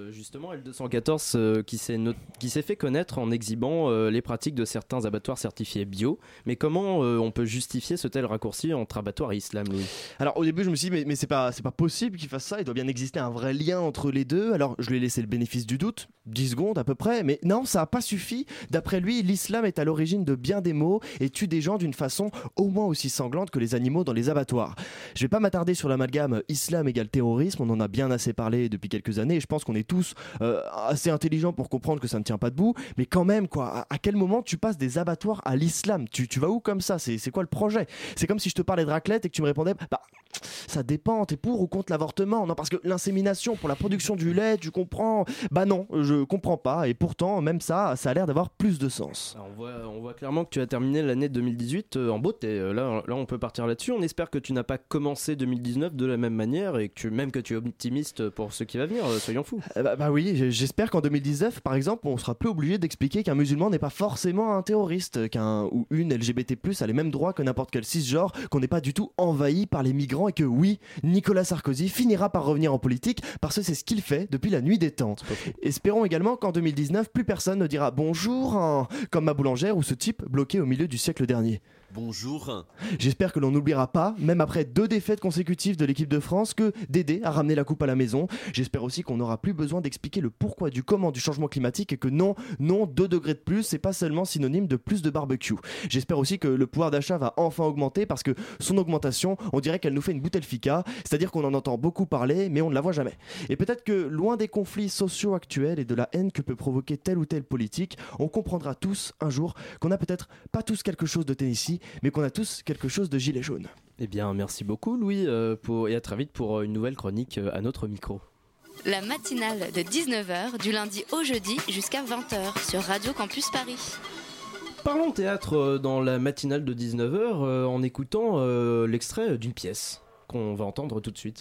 Justement, L214 qui s'est fait connaître en exhibant les pratiques de certains abattoirs certifiés bio. Mais comment on peut justifier ce tel raccourci entre abattoirs et islam, Louis ? Alors au début je me suis dit mais c'est pas possible qu'il fasse ça, il doit bien exister un vrai lien entre les deux. Alors je lui ai laissé le bénéfice du doute, 10 secondes à peu près, mais non, ça n'a pas suffi. D'après lui, l'islam est à l'origine de bien des maux et tue des gens d'une façon au moins aussi sanglante que les animaux dans les abattoirs. Je vais pas m'attarder sur l'amalgame islam égale terrorisme, on en a bien assez parlé depuis quelques années et je pense qu'on est tous assez intelligents pour comprendre que ça ne tient pas debout, mais quand même quoi, à quel moment tu passes des abattoirs à l'islam ? Tu vas où comme ça ? C'est quoi le projet ? C'est comme si je te parlais de raclette et que tu me répondais bah ça dépend, t'es pour ou contre l'avortement ? Non, parce que l'insémination pour la production du lait, tu comprends ? Bah non, je comprends pas et pourtant même ça a l'air d'avoir plus de sens. Alors on voit clairement que tu as terminé l'année 2018 en beauté. Là on peut partir là-dessus. On espère que tu n'as pas commencé 2019 de la même manière et que tu es optimiste pour ce qui va venir, soyons fous. Bah oui, j'espère qu'en 2019 par exemple on sera plus obligé d'expliquer qu'un musulman n'est pas forcément un terroriste, qu'un ou une LGBT+ a les mêmes droits que n'importe quel cisgenre, qu'on n'est pas du tout envahi par les migrants et que oui, Nicolas Sarkozy finira par revenir en politique parce que c'est ce qu'il fait depuis la nuit des temps. Espérons également qu'en 2019 plus personne ne dira bonjour comme ma boulangère ou ce type bloqué au milieu du siècle dernier. Bonjour. J'espère que l'on n'oubliera pas, même après 2 défaites consécutives de l'équipe de France, que Dédé a ramené la coupe à la maison. J'espère aussi qu'on n'aura plus besoin d'expliquer le pourquoi du comment du changement climatique et que non, 2 degrés de plus, c'est pas seulement synonyme de plus de barbecue. J'espère aussi que le pouvoir d'achat va enfin augmenter parce que son augmentation, on dirait qu'elle nous fait une bouteille Fika, c'est-à-dire qu'on en entend beaucoup parler, mais on ne la voit jamais. Et peut-être que loin des conflits sociaux actuels et de la haine que peut provoquer telle ou telle politique, on comprendra tous un jour qu'on a peut-être pas tous quelque chose de Tennessee, mais qu'on a tous quelque chose de gilet jaune. Eh bien, merci beaucoup Louis, et à très vite pour une nouvelle chronique à notre micro. La matinale de 19h du lundi au jeudi jusqu'à 20h sur Radio Campus Paris. Parlons théâtre dans la matinale de 19h en écoutant l'extrait d'une pièce qu'on va entendre tout de suite.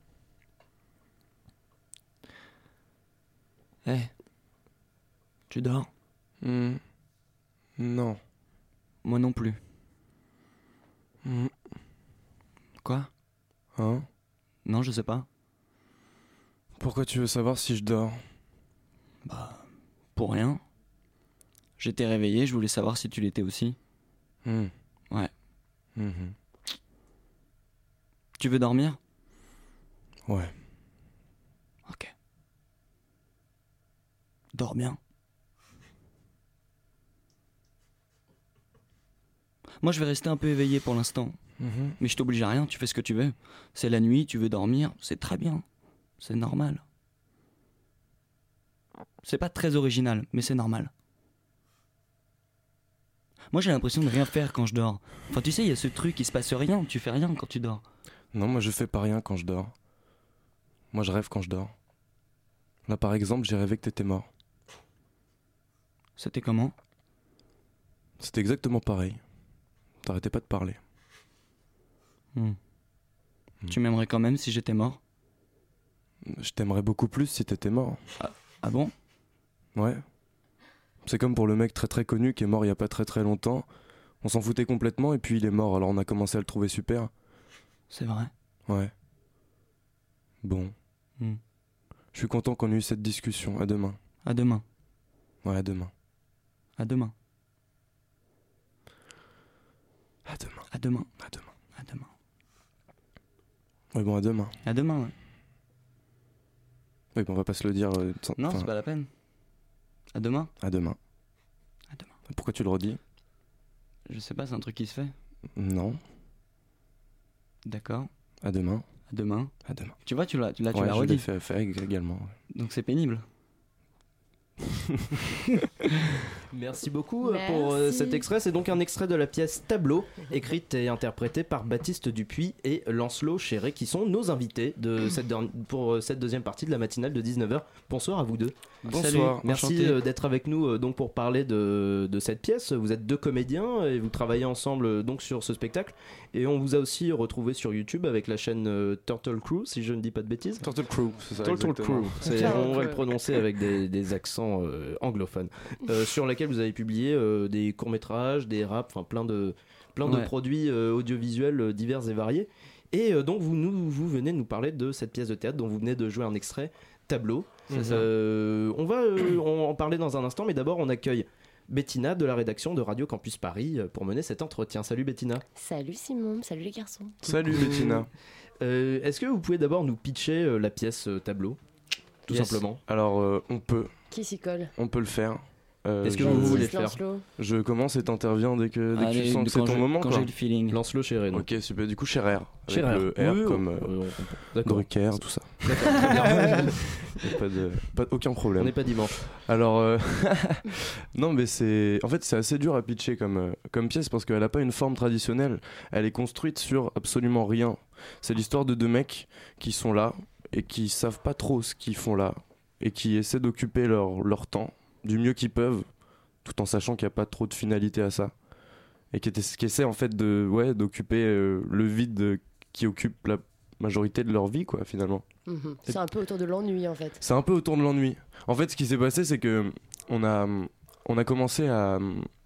Tu dors ? Non. Moi non plus. Quoi ? Hein ? Non, je sais pas. Pourquoi tu veux savoir si je dors ? Bah, pour rien. J'étais réveillé, je voulais savoir si tu l'étais aussi. Ouais. Tu veux dormir ? Ouais. Ok. Dors bien. Moi, je vais rester un peu éveillé pour l'instant. Mais je t'oblige à rien, tu fais ce que tu veux. C'est la nuit, tu veux dormir, c'est très bien. C'est normal. C'est pas très original, mais c'est normal. Moi, j'ai l'impression de rien faire quand je dors. Enfin, tu sais, il y a ce truc, il se passe rien, tu fais rien quand tu dors. Non, moi, je fais pas rien quand je dors. Moi, je rêve quand je dors. Là, par exemple, j'ai rêvé que t'étais mort. C'était comment ? C'était exactement pareil. T'arrêtais pas de parler. Tu m'aimerais quand même si j'étais mort ? Je t'aimerais beaucoup plus si t'étais mort. Ah bon ? Ouais. C'est comme pour le mec très très connu qui est mort il y a pas très très longtemps. On s'en foutait complètement et puis il est mort, alors on a commencé à le trouver super. C'est vrai ? Ouais. Bon. Je suis content qu'on ait eu cette discussion. À demain. À demain. Ouais, à demain. À demain. À demain. À demain. À demain. À demain. Ouais, bon, à demain. À demain, ouais. Oui, bon, on va pas se le dire. Non, c'est pas la peine. À demain. À demain. À demain. Pourquoi tu le redis ? Je sais pas, c'est un truc qui se fait. Non. D'accord. À demain. À demain. À demain. Tu vois, tu l'as ouais, redit. Je l'ai fait également. Ouais. Donc c'est pénible. Merci beaucoup pour cet extrait. C'est donc un extrait de la pièce Tableau, écrite et interprétée par Baptiste Dupuis et Lancelot Chéré, qui sont nos invités pour cette deuxième partie de la matinale de 19h. Bonsoir à vous deux. Bonsoir. Merci d'être avec nous donc pour parler de cette pièce. Vous êtes 2 comédiens et vous travaillez ensemble donc sur ce spectacle. Et on vous a aussi retrouvé sur YouTube avec la chaîne Turtle Crew, si je ne dis pas de bêtises. Turtle Crew, c'est ça. Turtle Crew. On va le prononcer avec des accents anglophones. Sur laquelle vous avez publié des courts-métrages, des raps, enfin plein de produits audiovisuels divers et variés. Et donc vous venez nous parler de cette pièce de théâtre dont vous venez de jouer un extrait, tableau. C'est ça. On va en parler dans un instant, mais d'abord on accueille Bettina de la rédaction de Radio Campus Paris pour mener cet entretien. Salut Bettina. Salut Simon, salut les garçons. Salut Bettina. Est-ce que vous pouvez d'abord nous pitcher la pièce tableau, tout simplement? Alors on peut. Qui s'y colle? On peut le faire. Est-ce que vous voulez faire? Je commence et t'interviens dès que tu sens que c'est ton moment. Quand j'ai le feeling. Lance-le Scherer. Ok, super. Du coup, Scherer. Scherer. Avec le R Oui, comme Drucker, tout ça. Aucun problème. On n'est pas dimanche. Alors, non, mais c'est assez dur à pitcher comme pièce parce qu'elle n'a pas une forme traditionnelle. Elle est construite sur absolument rien. C'est l'histoire de deux mecs qui sont là et qui savent pas trop ce qu'ils font là et qui essaient d'occuper leur temps du mieux qu'ils peuvent, tout en sachant qu'il n'y a pas trop de finalité à ça. Et qui essaient en fait d'occuper le vide qui occupe la majorité de leur vie, quoi, finalement. C'est un peu autour de l'ennui, en fait. C'est un peu autour de l'ennui. En fait, ce qui s'est passé, c'est que on a commencé à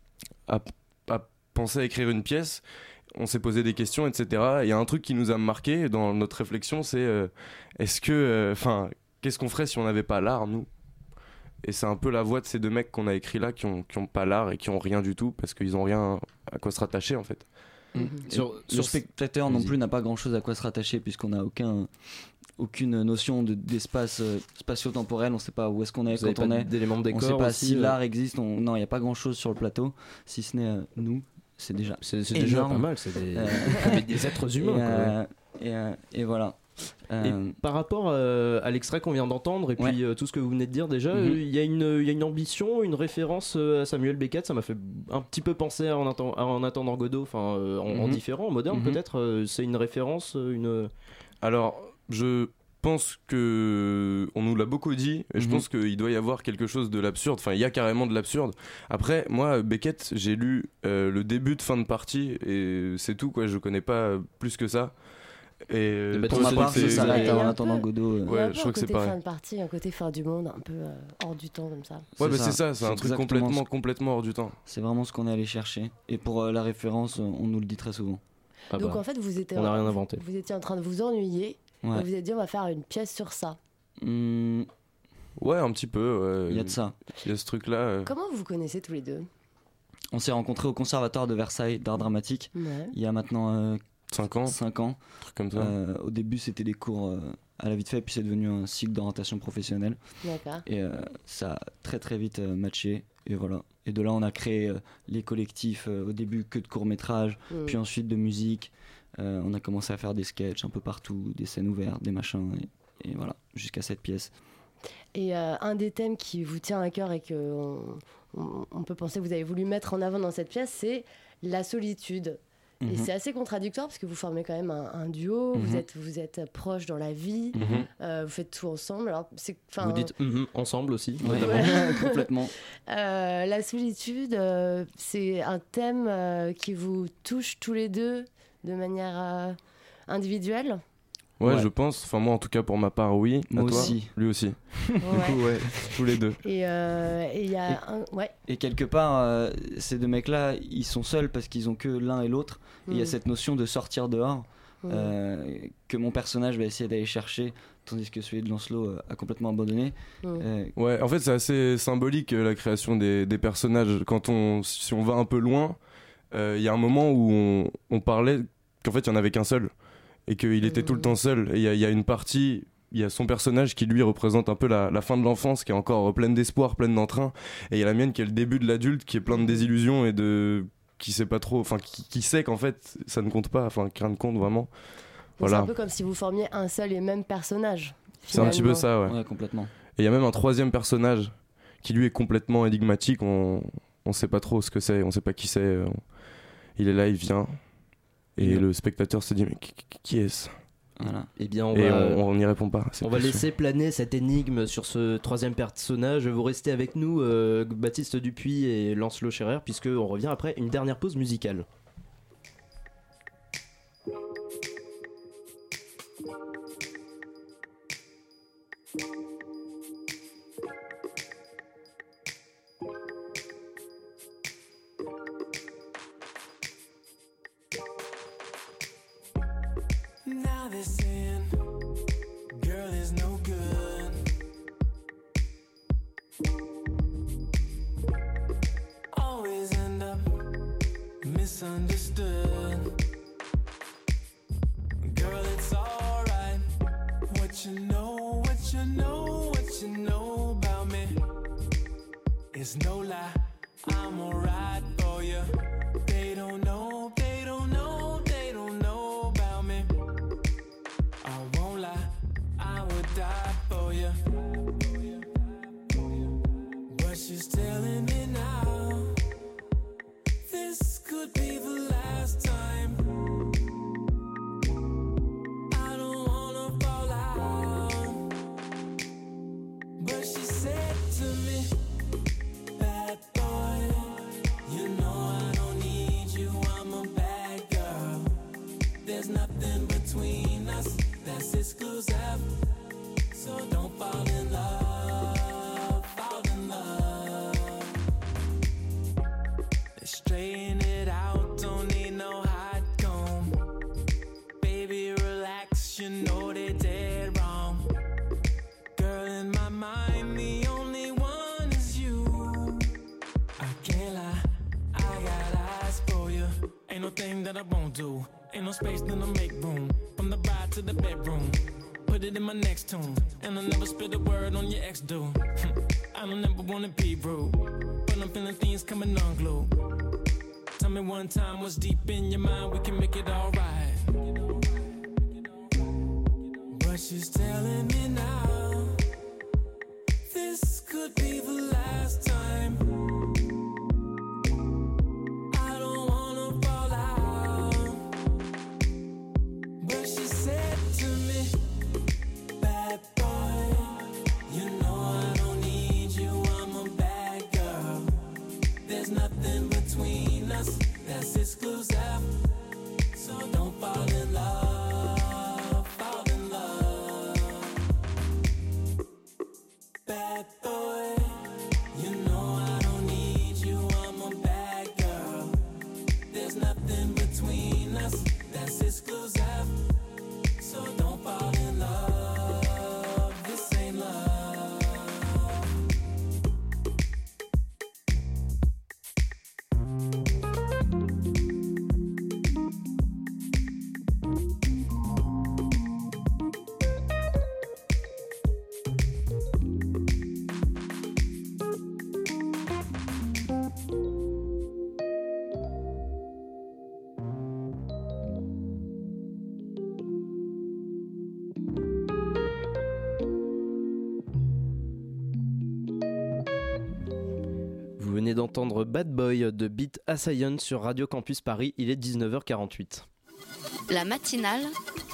penser à écrire une pièce. On s'est posé des questions, etc. Il y a un truc qui nous a marqué dans notre réflexion, c'est qu'est-ce qu'on ferait si on n'avait pas l'art, nous ? Et c'est un peu la voix de ces deux mecs qu'on a écrit là qui ont pas l'art et qui ont rien du tout parce qu'ils ont rien à quoi se rattacher en fait. Le spectateur non plus n'a pas grand chose à quoi se rattacher puisqu'on n'a aucune notion d'espace spatio-temporel, on sait pas où est-ce qu'on est quand on est, on sait pas si l'art existe, non il n'y a pas grand chose sur le plateau si ce n'est nous, c'est déjà déjà pas mal, c'est des êtres humains et voilà. Et par rapport à l'extrait qu'on vient d'entendre et puis tout ce que vous venez de dire déjà, il y a une ambition, une référence à Samuel Beckett. Ça m'a fait un petit peu penser à En attendant Godot, en différent, en moderne peut-être. C'est une référence, Alors, je pense que on nous l'a beaucoup dit et je pense qu'il doit y avoir quelque chose de l'absurde. Enfin, il y a carrément de l'absurde. Après, moi, Beckett, j'ai lu le début de fin de partie et c'est tout, quoi. Je connais pas plus que ça. Et pour ma part, ça s'arrête en attendant Godot. Ouais, je crois que c'est pareil. Un côté fin de partie, un côté fin du monde, un peu hors du temps comme ça. Ouais, c'est ça, c'est un truc complètement hors du temps. C'est vraiment ce qu'on est allé chercher. Et pour la référence, on nous le dit très souvent. Donc en fait, on n'a rien inventé. Vous étiez en train de vous ennuyer. Ouais. Et vous avez dit on va faire une pièce sur ça. Ouais, un petit peu. Il y a de ça. Il y a ce truc-là. Comment vous vous connaissez tous les deux? On s'est rencontrés au Conservatoire de Versailles d'art dramatique. Il y a maintenant 5 ans. 5 ans. Un truc comme ça. Au début, c'était des cours à la vite fait, puis c'est devenu un cycle d'orientation professionnelle. D'accord. Et ça a très très vite matché. Et voilà. Et de là, on a créé les collectifs, au début que de courts-métrages, puis ensuite de musique. On a commencé à faire des sketchs un peu partout, des scènes ouvertes, des machins, et voilà, jusqu'à cette pièce. Et un des thèmes qui vous tient à cœur et qu'on peut penser que vous avez voulu mettre en avant dans cette pièce, c'est la solitude. Et c'est assez contradictoire parce que vous formez quand même un duo, vous êtes proches dans la vie, vous faites tout ensemble. Alors, vous dites ensemble aussi, complètement. La solitude, c'est un thème qui vous touche tous les deux de manière individuelle? Ouais, je pense. Enfin, moi, en tout cas, pour ma part, oui. Moi toi aussi. Lui aussi. Du coup, ouais, tous les deux. Et il y a Et quelque part, ces deux mecs-là, ils sont seuls parce qu'ils ont que l'un et l'autre. Et il y a cette notion de sortir dehors que mon personnage va essayer d'aller chercher, tandis que celui de Lancelot a complètement abandonné. Ouais, en fait, c'est assez symbolique la création des personnages. Si on va un peu loin, il y a un moment où on parlait qu'en fait, il n'y en avait qu'un seul. Et qu'il était tout le temps seul. Et il y a une partie, il y a son personnage qui lui représente un peu la fin de l'enfance, qui est encore pleine d'espoir, pleine d'entrain. Et il y a la mienne qui est le début de l'adulte, qui est plein de désillusions et qui sait pas trop, enfin qui sait qu'en fait ça ne compte pas, enfin qui rien ne compte vraiment. Voilà. C'est un peu comme si vous formiez un seul et même personnage. C'est un petit peu ça, ouais, complètement. Et il y a même un troisième personnage qui lui est complètement énigmatique. On sait pas trop ce que c'est, on sait pas qui c'est. Il est là, il vient. Et le spectateur se dit mais qui est-ce? Voilà. Eh bien, on n'y répond pas. On va laisser planer cette énigme sur ce troisième personnage. Vous restez avec nous, Baptiste Dupuis et Lancelot Scherer, puisqu'on revient après une dernière pause musicale. Now they're saying, girl is no good. understood. Girl, it's alright. What you know, what you know, what you know about me. It's no lie, I'm alright for you. They don't know, they don't know, they don't know about me. I won't lie, I would die for you. But she's telling me now, this could be the last time. I don't wanna fall out. But she said to me, bad boy, you know I don't need you, I'm a bad girl. There's nothing between us that's exclusive. So don't fall in love, fall in love. Let's straighten it out, don't need no hot comb. Baby, relax, you know they dead wrong. Girl, in my mind, the only one is you. I can't lie, I got eyes for you. Ain't no thing that I won't do. Ain't no space, then I'll make room. From the bar to the bedroom, put it in my next tune. And I'll never spit a word on your ex, dude. I don't ever wanna be rude, but I'm feeling things coming unglued. Tell me one time what's deep in your mind, we can make it alright. But she's telling me now, this could be the last time. I don't wanna fall out. But she said to me, bad boy, you know I don't need you, I'm a bad girl. There's nothing between us that's exclusive. So don't fall in love, fall in love. Bad boy, you know I don't need you, I'm a bad girl. There's nothing between us that's exclusive. So don't fall in love, this ain't love. Vous venez d'entendre Bad Boy de Beat Assayan sur Radio Campus Paris, il est 19h48. La matinale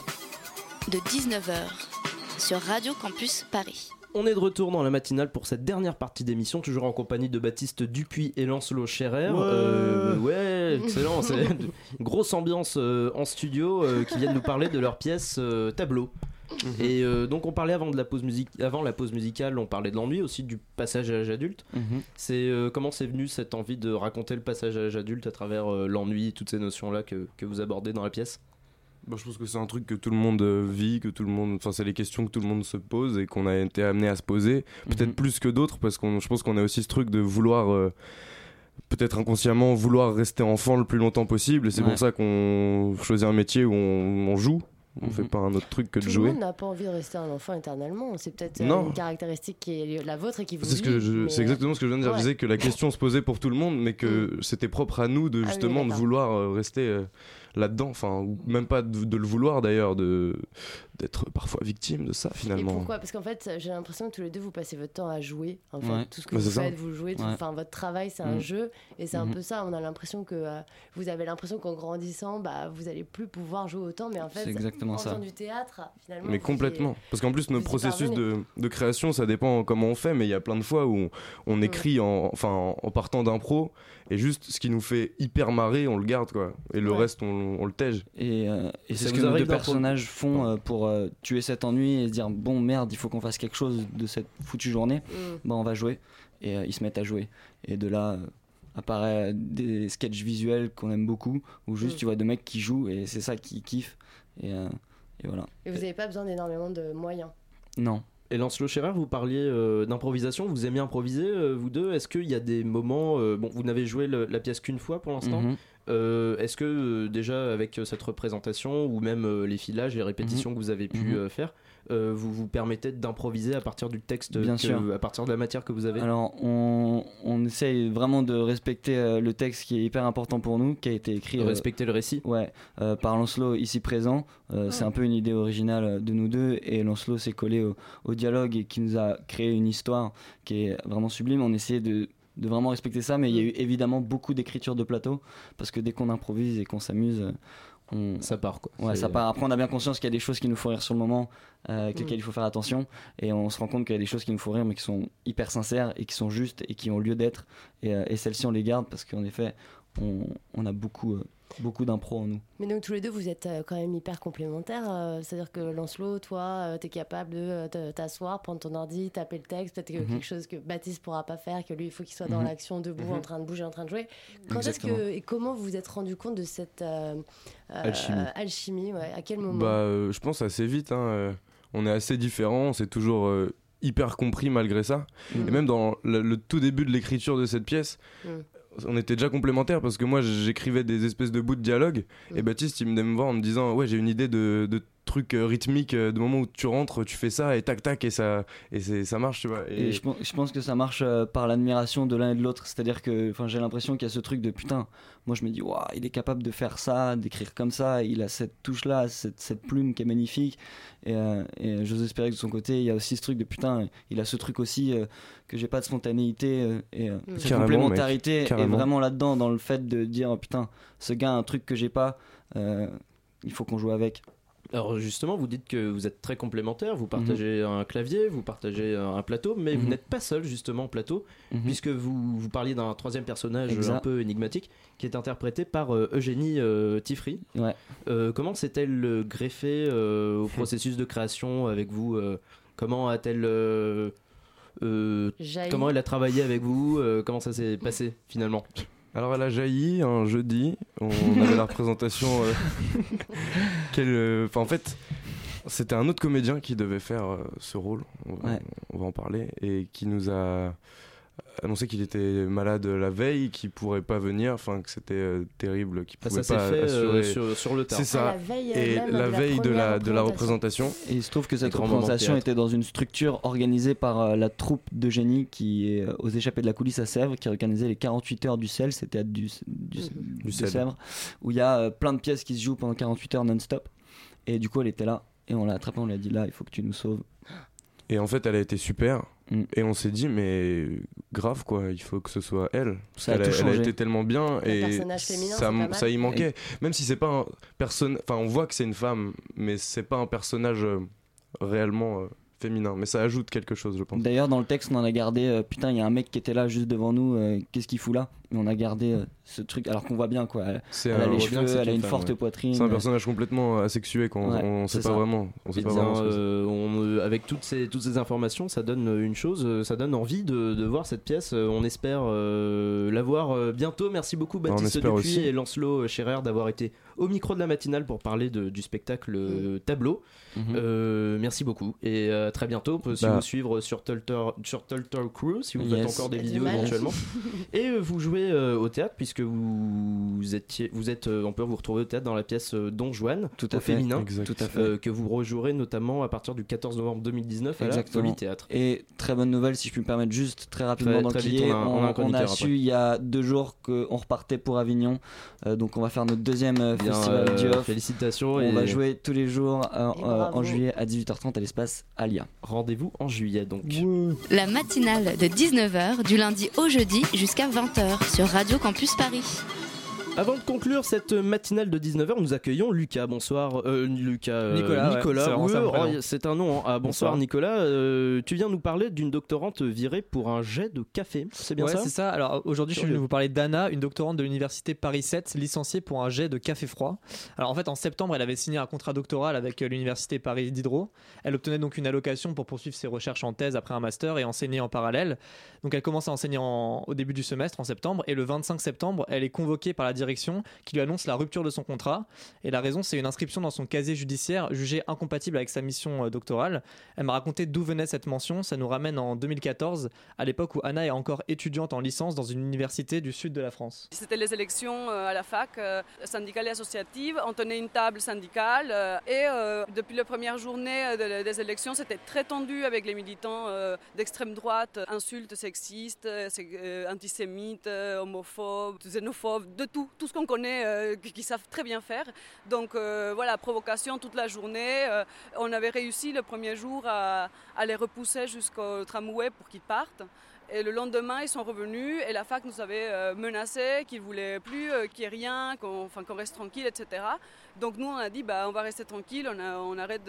de 19h sur Radio Campus Paris. On est de retour dans la matinale pour cette dernière partie d'émission, toujours en compagnie de Baptiste Dupuis et Lancelot Scherer. Ouais, excellent, c'est une grosse ambiance en studio qui viennent nous parler de leur pièce Tableau. Et donc on parlait avant la pause musicale, on parlait de l'ennui aussi, du passage à l'âge adulte. C'est comment c'est venu cette envie de raconter le passage à l'âge adulte à travers l'ennui, toutes ces notions là que vous abordez dans la pièce? Je pense que c'est un truc que tout le monde vit, que tout le monde, enfin c'est les questions que tout le monde se pose et qu'on a été amené à se poser, peut-être plus que d'autres, parce que je pense qu'on a aussi ce truc de vouloir peut-être inconsciemment vouloir rester enfant le plus longtemps possible, et c'est pour ça qu'on choisit un métier où on joue. On fait pas un autre truc que de jouer. Tout le monde n'a pas envie de rester un enfant éternellement. C'est peut-être une caractéristique qui est la vôtre et qui vous lie. C'est exactement ce que je viens de dire. Je disais que la question se posait pour tout le monde, mais que c'était propre à nous de justement de vouloir rester là-dedans. Enfin, ou même pas de le vouloir d'ailleurs, d'être parfois victime de ça finalement. Et pourquoi ? Parce qu'en fait, j'ai l'impression que tous les deux vous passez votre temps à jouer. En fait, tout ce que vous faites, vous jouez. Enfin, votre travail, c'est un jeu, et c'est un peu ça. On a l'impression que vous avez l'impression qu'en grandissant, vous allez plus pouvoir jouer autant, mais en fait, en faisant du théâtre, finalement. Mais complètement. Parce qu'en plus, notre processus de création, ça dépend comment on fait, mais il y a plein de fois où on écrit en partant d'impro, et juste ce qui nous fait hyper marrer, on le garde, quoi. Et le reste, on le tège. Et c'est ce que nos deux personnages font pour tuer cet ennui et se dire bon merde, il faut qu'on fasse quelque chose de cette foutue journée. On va jouer, et ils se mettent à jouer, et de là apparaît des sketchs visuels qu'on aime beaucoup, où juste tu vois deux mecs qui jouent et c'est ça qui kiffe, et voilà. Et vous n'avez pas besoin d'énormément de moyens? Non. Et Lancelot Scherer, vous parliez d'improvisation, vous aimez improviser, vous deux. Est-ce qu'il y a des moments, bon, vous n'avez joué la pièce qu'une fois pour l'instant, Est-ce que déjà avec cette représentation ou même les filages, les répétitions que vous avez pu faire, vous permettez d'improviser à partir du texte, Bien sûr. à partir de la matière que vous avez? Alors on essaye vraiment de respecter le texte qui est hyper important pour nous, qui a été écrit... respecter le récit. Ouais, par Lancelot ici présent. C'est un peu une idée originale de nous deux, et Lancelot s'est collé au dialogue et qui nous a créé une histoire qui est vraiment sublime. On essayait de vraiment respecter ça, mais il y a eu évidemment beaucoup d'écriture de plateau, parce que dès qu'on improvise et qu'on s'amuse, ça part quoi. Ouais, ça part. Après, on a bien conscience qu'il y a des choses qui nous font rire sur le moment, avec lesquelles il faut faire attention, et on se rend compte qu'il y a des choses qui nous font rire mais qui sont hyper sincères et qui sont justes et qui ont lieu d'être, et celles-ci on les garde parce qu'en effet on a beaucoup d'impro en nous. Mais donc tous les deux vous êtes quand même hyper complémentaires, c'est-à-dire que Lancelot, toi t'es capable de t'asseoir, prendre ton ordi, taper le texte, peut-être quelque chose que Baptiste pourra pas faire, que lui il faut qu'il soit dans l'action, debout, en train de bouger, en train de jouer. Quand est-ce que, et comment vous vous êtes rendu compte de cette alchimie, à quel moment? Je pense assez vite, on est assez différents, on s'est toujours hyper compris malgré ça, et même dans le tout début de l'écriture de cette pièce, on était déjà complémentaires, parce que moi j'écrivais des espèces de bouts de dialogue, et Baptiste il venait me voir en me disant ouais, j'ai une idée de truc rythmique, de moment où tu rentres, tu fais ça et tac tac, et ça marche, tu vois. Et je pense que ça marche par l'admiration de l'un et de l'autre, c'est-à-dire que j'ai l'impression qu'il y a ce truc de putain, moi je me dis waouh, il est capable de faire ça, d'écrire comme ça, il a cette touche là, cette plume qui est magnifique, et j'ose espérer que de son côté il y a aussi ce truc de putain, il a ce truc aussi que j'ai pas de spontanéité, et cette complémentarité est vraiment là-dedans, dans le fait de dire oh, putain, ce gars a un truc que j'ai pas, il faut qu'on joue avec. Alors justement, vous dites que vous êtes très complémentaires, vous partagez un clavier, vous partagez un plateau, mais vous n'êtes pas seul justement au plateau, puisque vous parliez d'un troisième personnage un peu énigmatique, qui est interprété par Eugénie Tifry. Ouais. Comment s'est-elle greffée au processus de création avec vous? Comment a-t-elle... comment elle a travaillé avec vous? Comment ça s'est passé finalement? Alors elle a jailli un jeudi, on avait la représentation en fait c'était un autre comédien qui devait faire ce rôle, on va en parler, et qui nous a annoncé qu'il était malade la veille, qu'il pourrait pas venir, que c'était terrible, qu'il pouvait ça pas s'est fait assurer. sur le tard. C'est ça. La veille de la représentation. Et il se trouve que cette représentation était dans une structure organisée par la troupe d'Eugénie, qui est aux échappées de la coulisse à Sèvres, qui organisait les 48 heures du sel, c'était du Sèvres, où il y a plein de pièces qui se jouent pendant 48 heures non-stop. Et du coup elle était là, et on l'a attrapée, on lui a dit là il faut que tu nous sauves. Et en fait elle a été super. Et on s'est dit mais grave quoi, il faut que ce soit elle, parce qu'elle a été tellement bien, et ça y manquait, même si c'est pas un personnage, on voit que c'est une femme, mais c'est pas un personnage réellement féminin, mais ça ajoute quelque chose, je pense. D'ailleurs dans le texte on en a gardé putain, il y a un mec qui était là juste devant nous, qu'est-ce qu'il fout là, et on a gardé ce truc, alors qu'on voit bien quoi, elle a les cheveux, elle a une forte poitrine, c'est un personnage complètement asexué quand on sait pas vraiment, avec toutes ces informations, ça donne une chose, ça donne envie de voir cette pièce, on espère la voir bientôt. Merci beaucoup Baptiste Dupuis et Lancelot Scherer d'avoir été au micro de la matinale pour parler du spectacle Tableau. Merci beaucoup, et à très bientôt. On peut aussi vous suivre sur Tultor Crew si vous faites encore des vidéos éventuellement. Et vous jouez au théâtre, puisque vous êtes on peut vous retrouver au théâtre dans la pièce Don Juan, au féminin, que vous rejouerez notamment à partir du 14 novembre 2019 à la Folie Théâtre. Et très bonne nouvelle, si je puis me permettre juste très rapidement d'enquiller, on a su il y a 2 jours qu'on repartait pour Avignon, donc on va faire notre deuxième festival Dioff. Félicitations. On va jouer tous les jours en juillet à 18h30 à l'espace Alia. Rendez-vous en juillet donc. La matinale de 19h du lundi au jeudi jusqu'à 20h sur Radio Campus Paris. Avant de conclure cette matinale de 19h, nous accueillons Lucas. Bonsoir Nicolas. C'est un nom. Bonsoir Nicolas. Tu viens nous parler d'une doctorante virée pour un jet de café. C'est bien ça? Ouais, c'est ça. Alors aujourd'hui, je suis venu vous parler d'Anna, une doctorante de l'université Paris 7, licenciée pour un jet de café froid. Alors en fait, en septembre, elle avait signé un contrat doctoral avec l'université Paris Diderot. Elle obtenait donc une allocation pour poursuivre ses recherches en thèse après un master et enseigner en parallèle. Donc elle commence à enseigner au début du semestre, en septembre, et le 25 septembre, elle est convoquée par la direction direction qui lui annonce la rupture de son contrat. Et la raison, c'est une inscription dans son casier judiciaire jugée incompatible avec sa mission doctorale. Elle m'a raconté d'où venait cette mention. Ça nous ramène en 2014, à l'époque où Anna est encore étudiante en licence dans une université du sud de la France. C'était les élections à la fac, syndicale et associative. On tenait une table syndicale et depuis la première journée des élections, c'était très tendu avec les militants d'extrême droite, insultes sexistes, antisémites, homophobes, xénophobes, de tout ce qu'on connaît, qui savent très bien faire. Donc voilà, provocation toute la journée. On avait réussi le premier jour à les repousser jusqu'au tramway pour qu'ils partent. Et le lendemain, ils sont revenus et la fac nous avait menacé qu'ils ne voulaient plus qu'il n'y ait rien, qu'on reste tranquille, etc. Donc nous, on a dit, on va rester tranquille, on arrête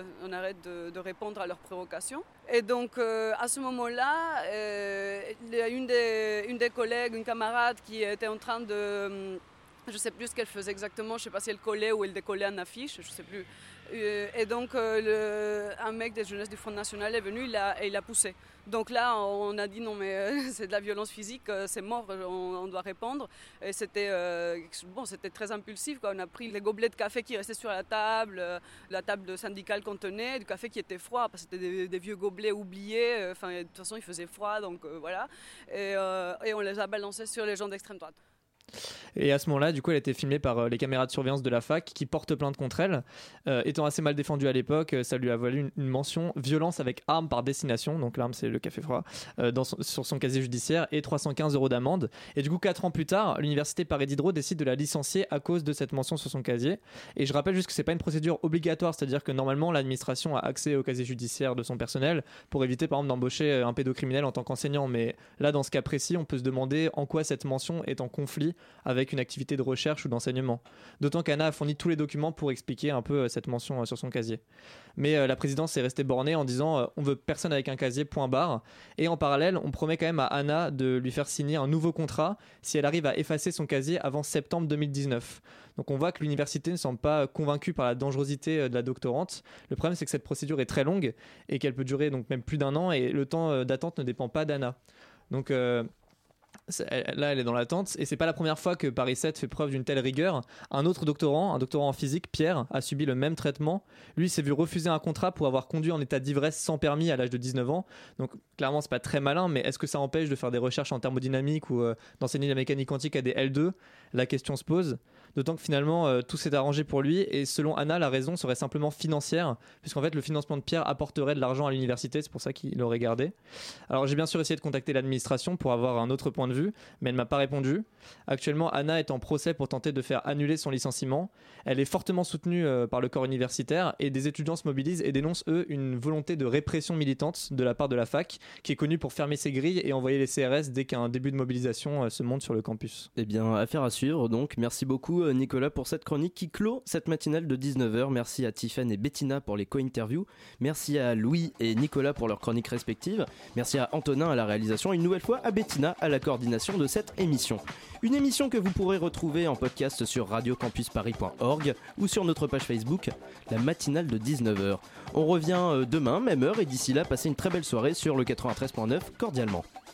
de répondre à leurs provocations. Et donc, à ce moment-là, il y a une des collègues, une camarade qui était en train de... je ne sais plus ce qu'elle faisait exactement, je ne sais pas si elle collait ou elle décollait une affiche, je ne sais plus. Et donc, un mec des jeunesses du Front National est venu et il a poussé. Donc là, on a dit non, mais c'est de la violence physique, c'est mort, on doit répondre. Et c'était très impulsif, quoi. On a pris les gobelets de café qui restaient sur la table syndicale qu'on tenait, du café qui était froid, parce que c'était des vieux gobelets oubliés. De toute façon, il faisait froid, donc voilà. Et on les a balancés sur les gens d'extrême droite. Et à ce moment-là, du coup, elle a été filmée par les caméras de surveillance de la fac qui portent plainte contre elle. Étant assez mal défendue à l'époque, ça lui a valu une mention violence avec arme par destination, donc l'arme c'est le café froid, sur son casier judiciaire, et 315 € d'amende. Et du coup, 4 ans plus tard, l'université Paris Diderot décide de la licencier à cause de cette mention sur son casier. Et je rappelle juste que c'est pas une procédure obligatoire, c'est-à-dire que normalement l'administration a accès au casier judiciaire de son personnel pour éviter par exemple d'embaucher un pédocriminel en tant qu'enseignant. Mais là, dans ce cas précis, on peut se demander en quoi cette mention est en conflit avec une activité de recherche ou d'enseignement. D'autant qu'Anna a fourni tous les documents pour expliquer un peu cette mention sur son casier. Mais la présidence est restée bornée en disant on veut personne avec un casier, point barre. Et en parallèle, on promet quand même à Anna de lui faire signer un nouveau contrat si elle arrive à effacer son casier avant septembre 2019. Donc on voit que l'université ne semble pas convaincue par la dangerosité de la doctorante. Le problème, c'est que cette procédure est très longue et qu'elle peut durer donc même plus d'1 an, et le temps d'attente ne dépend pas d'Anna. Donc là, elle est dans l'attente, et c'est pas la première fois que Paris 7 fait preuve d'une telle rigueur. Un autre doctorant, un doctorant en physique, Pierre, a subi le même traitement. Lui s'est vu refuser un contrat pour avoir conduit en état d'ivresse sans permis à l'âge de 19 ans. Donc clairement, c'est pas très malin, mais est-ce que ça empêche de faire des recherches en thermodynamique ou d'enseigner la mécanique quantique à des L2 ? La question se pose. D'autant que finalement, tout s'est arrangé pour lui, et selon Anna, la raison serait simplement financière, puisqu'en fait, le financement de Pierre apporterait de l'argent à l'université, c'est pour ça qu'il l'aurait gardé. Alors j'ai bien sûr essayé de contacter l'administration pour avoir un autre point de vue, mais elle ne m'a pas répondu. Actuellement, Anna est en procès pour tenter de faire annuler son licenciement. Elle est fortement soutenue par le corps universitaire, et des étudiants se mobilisent et dénoncent, eux, une volonté de répression militante de la part de la fac, qui est connue pour fermer ses grilles et envoyer les CRS dès qu'un début de mobilisation se monte sur le campus. Eh bien, affaire à suivre donc. Merci beaucoup Nicolas pour cette chronique qui clôt cette matinale de 19h. Merci à Tiffen et Bettina pour les co-interviews. Merci à Louis et Nicolas pour leurs chroniques respectives. Merci à Antonin à la réalisation et une nouvelle fois à Bettina à la coordination de cette émission. Une émission que vous pourrez retrouver en podcast sur radiocampusparis.org ou sur notre page Facebook, la matinale de 19h. On revient demain, même heure, et d'ici là, passez une très belle soirée sur le 93.9 cordialement.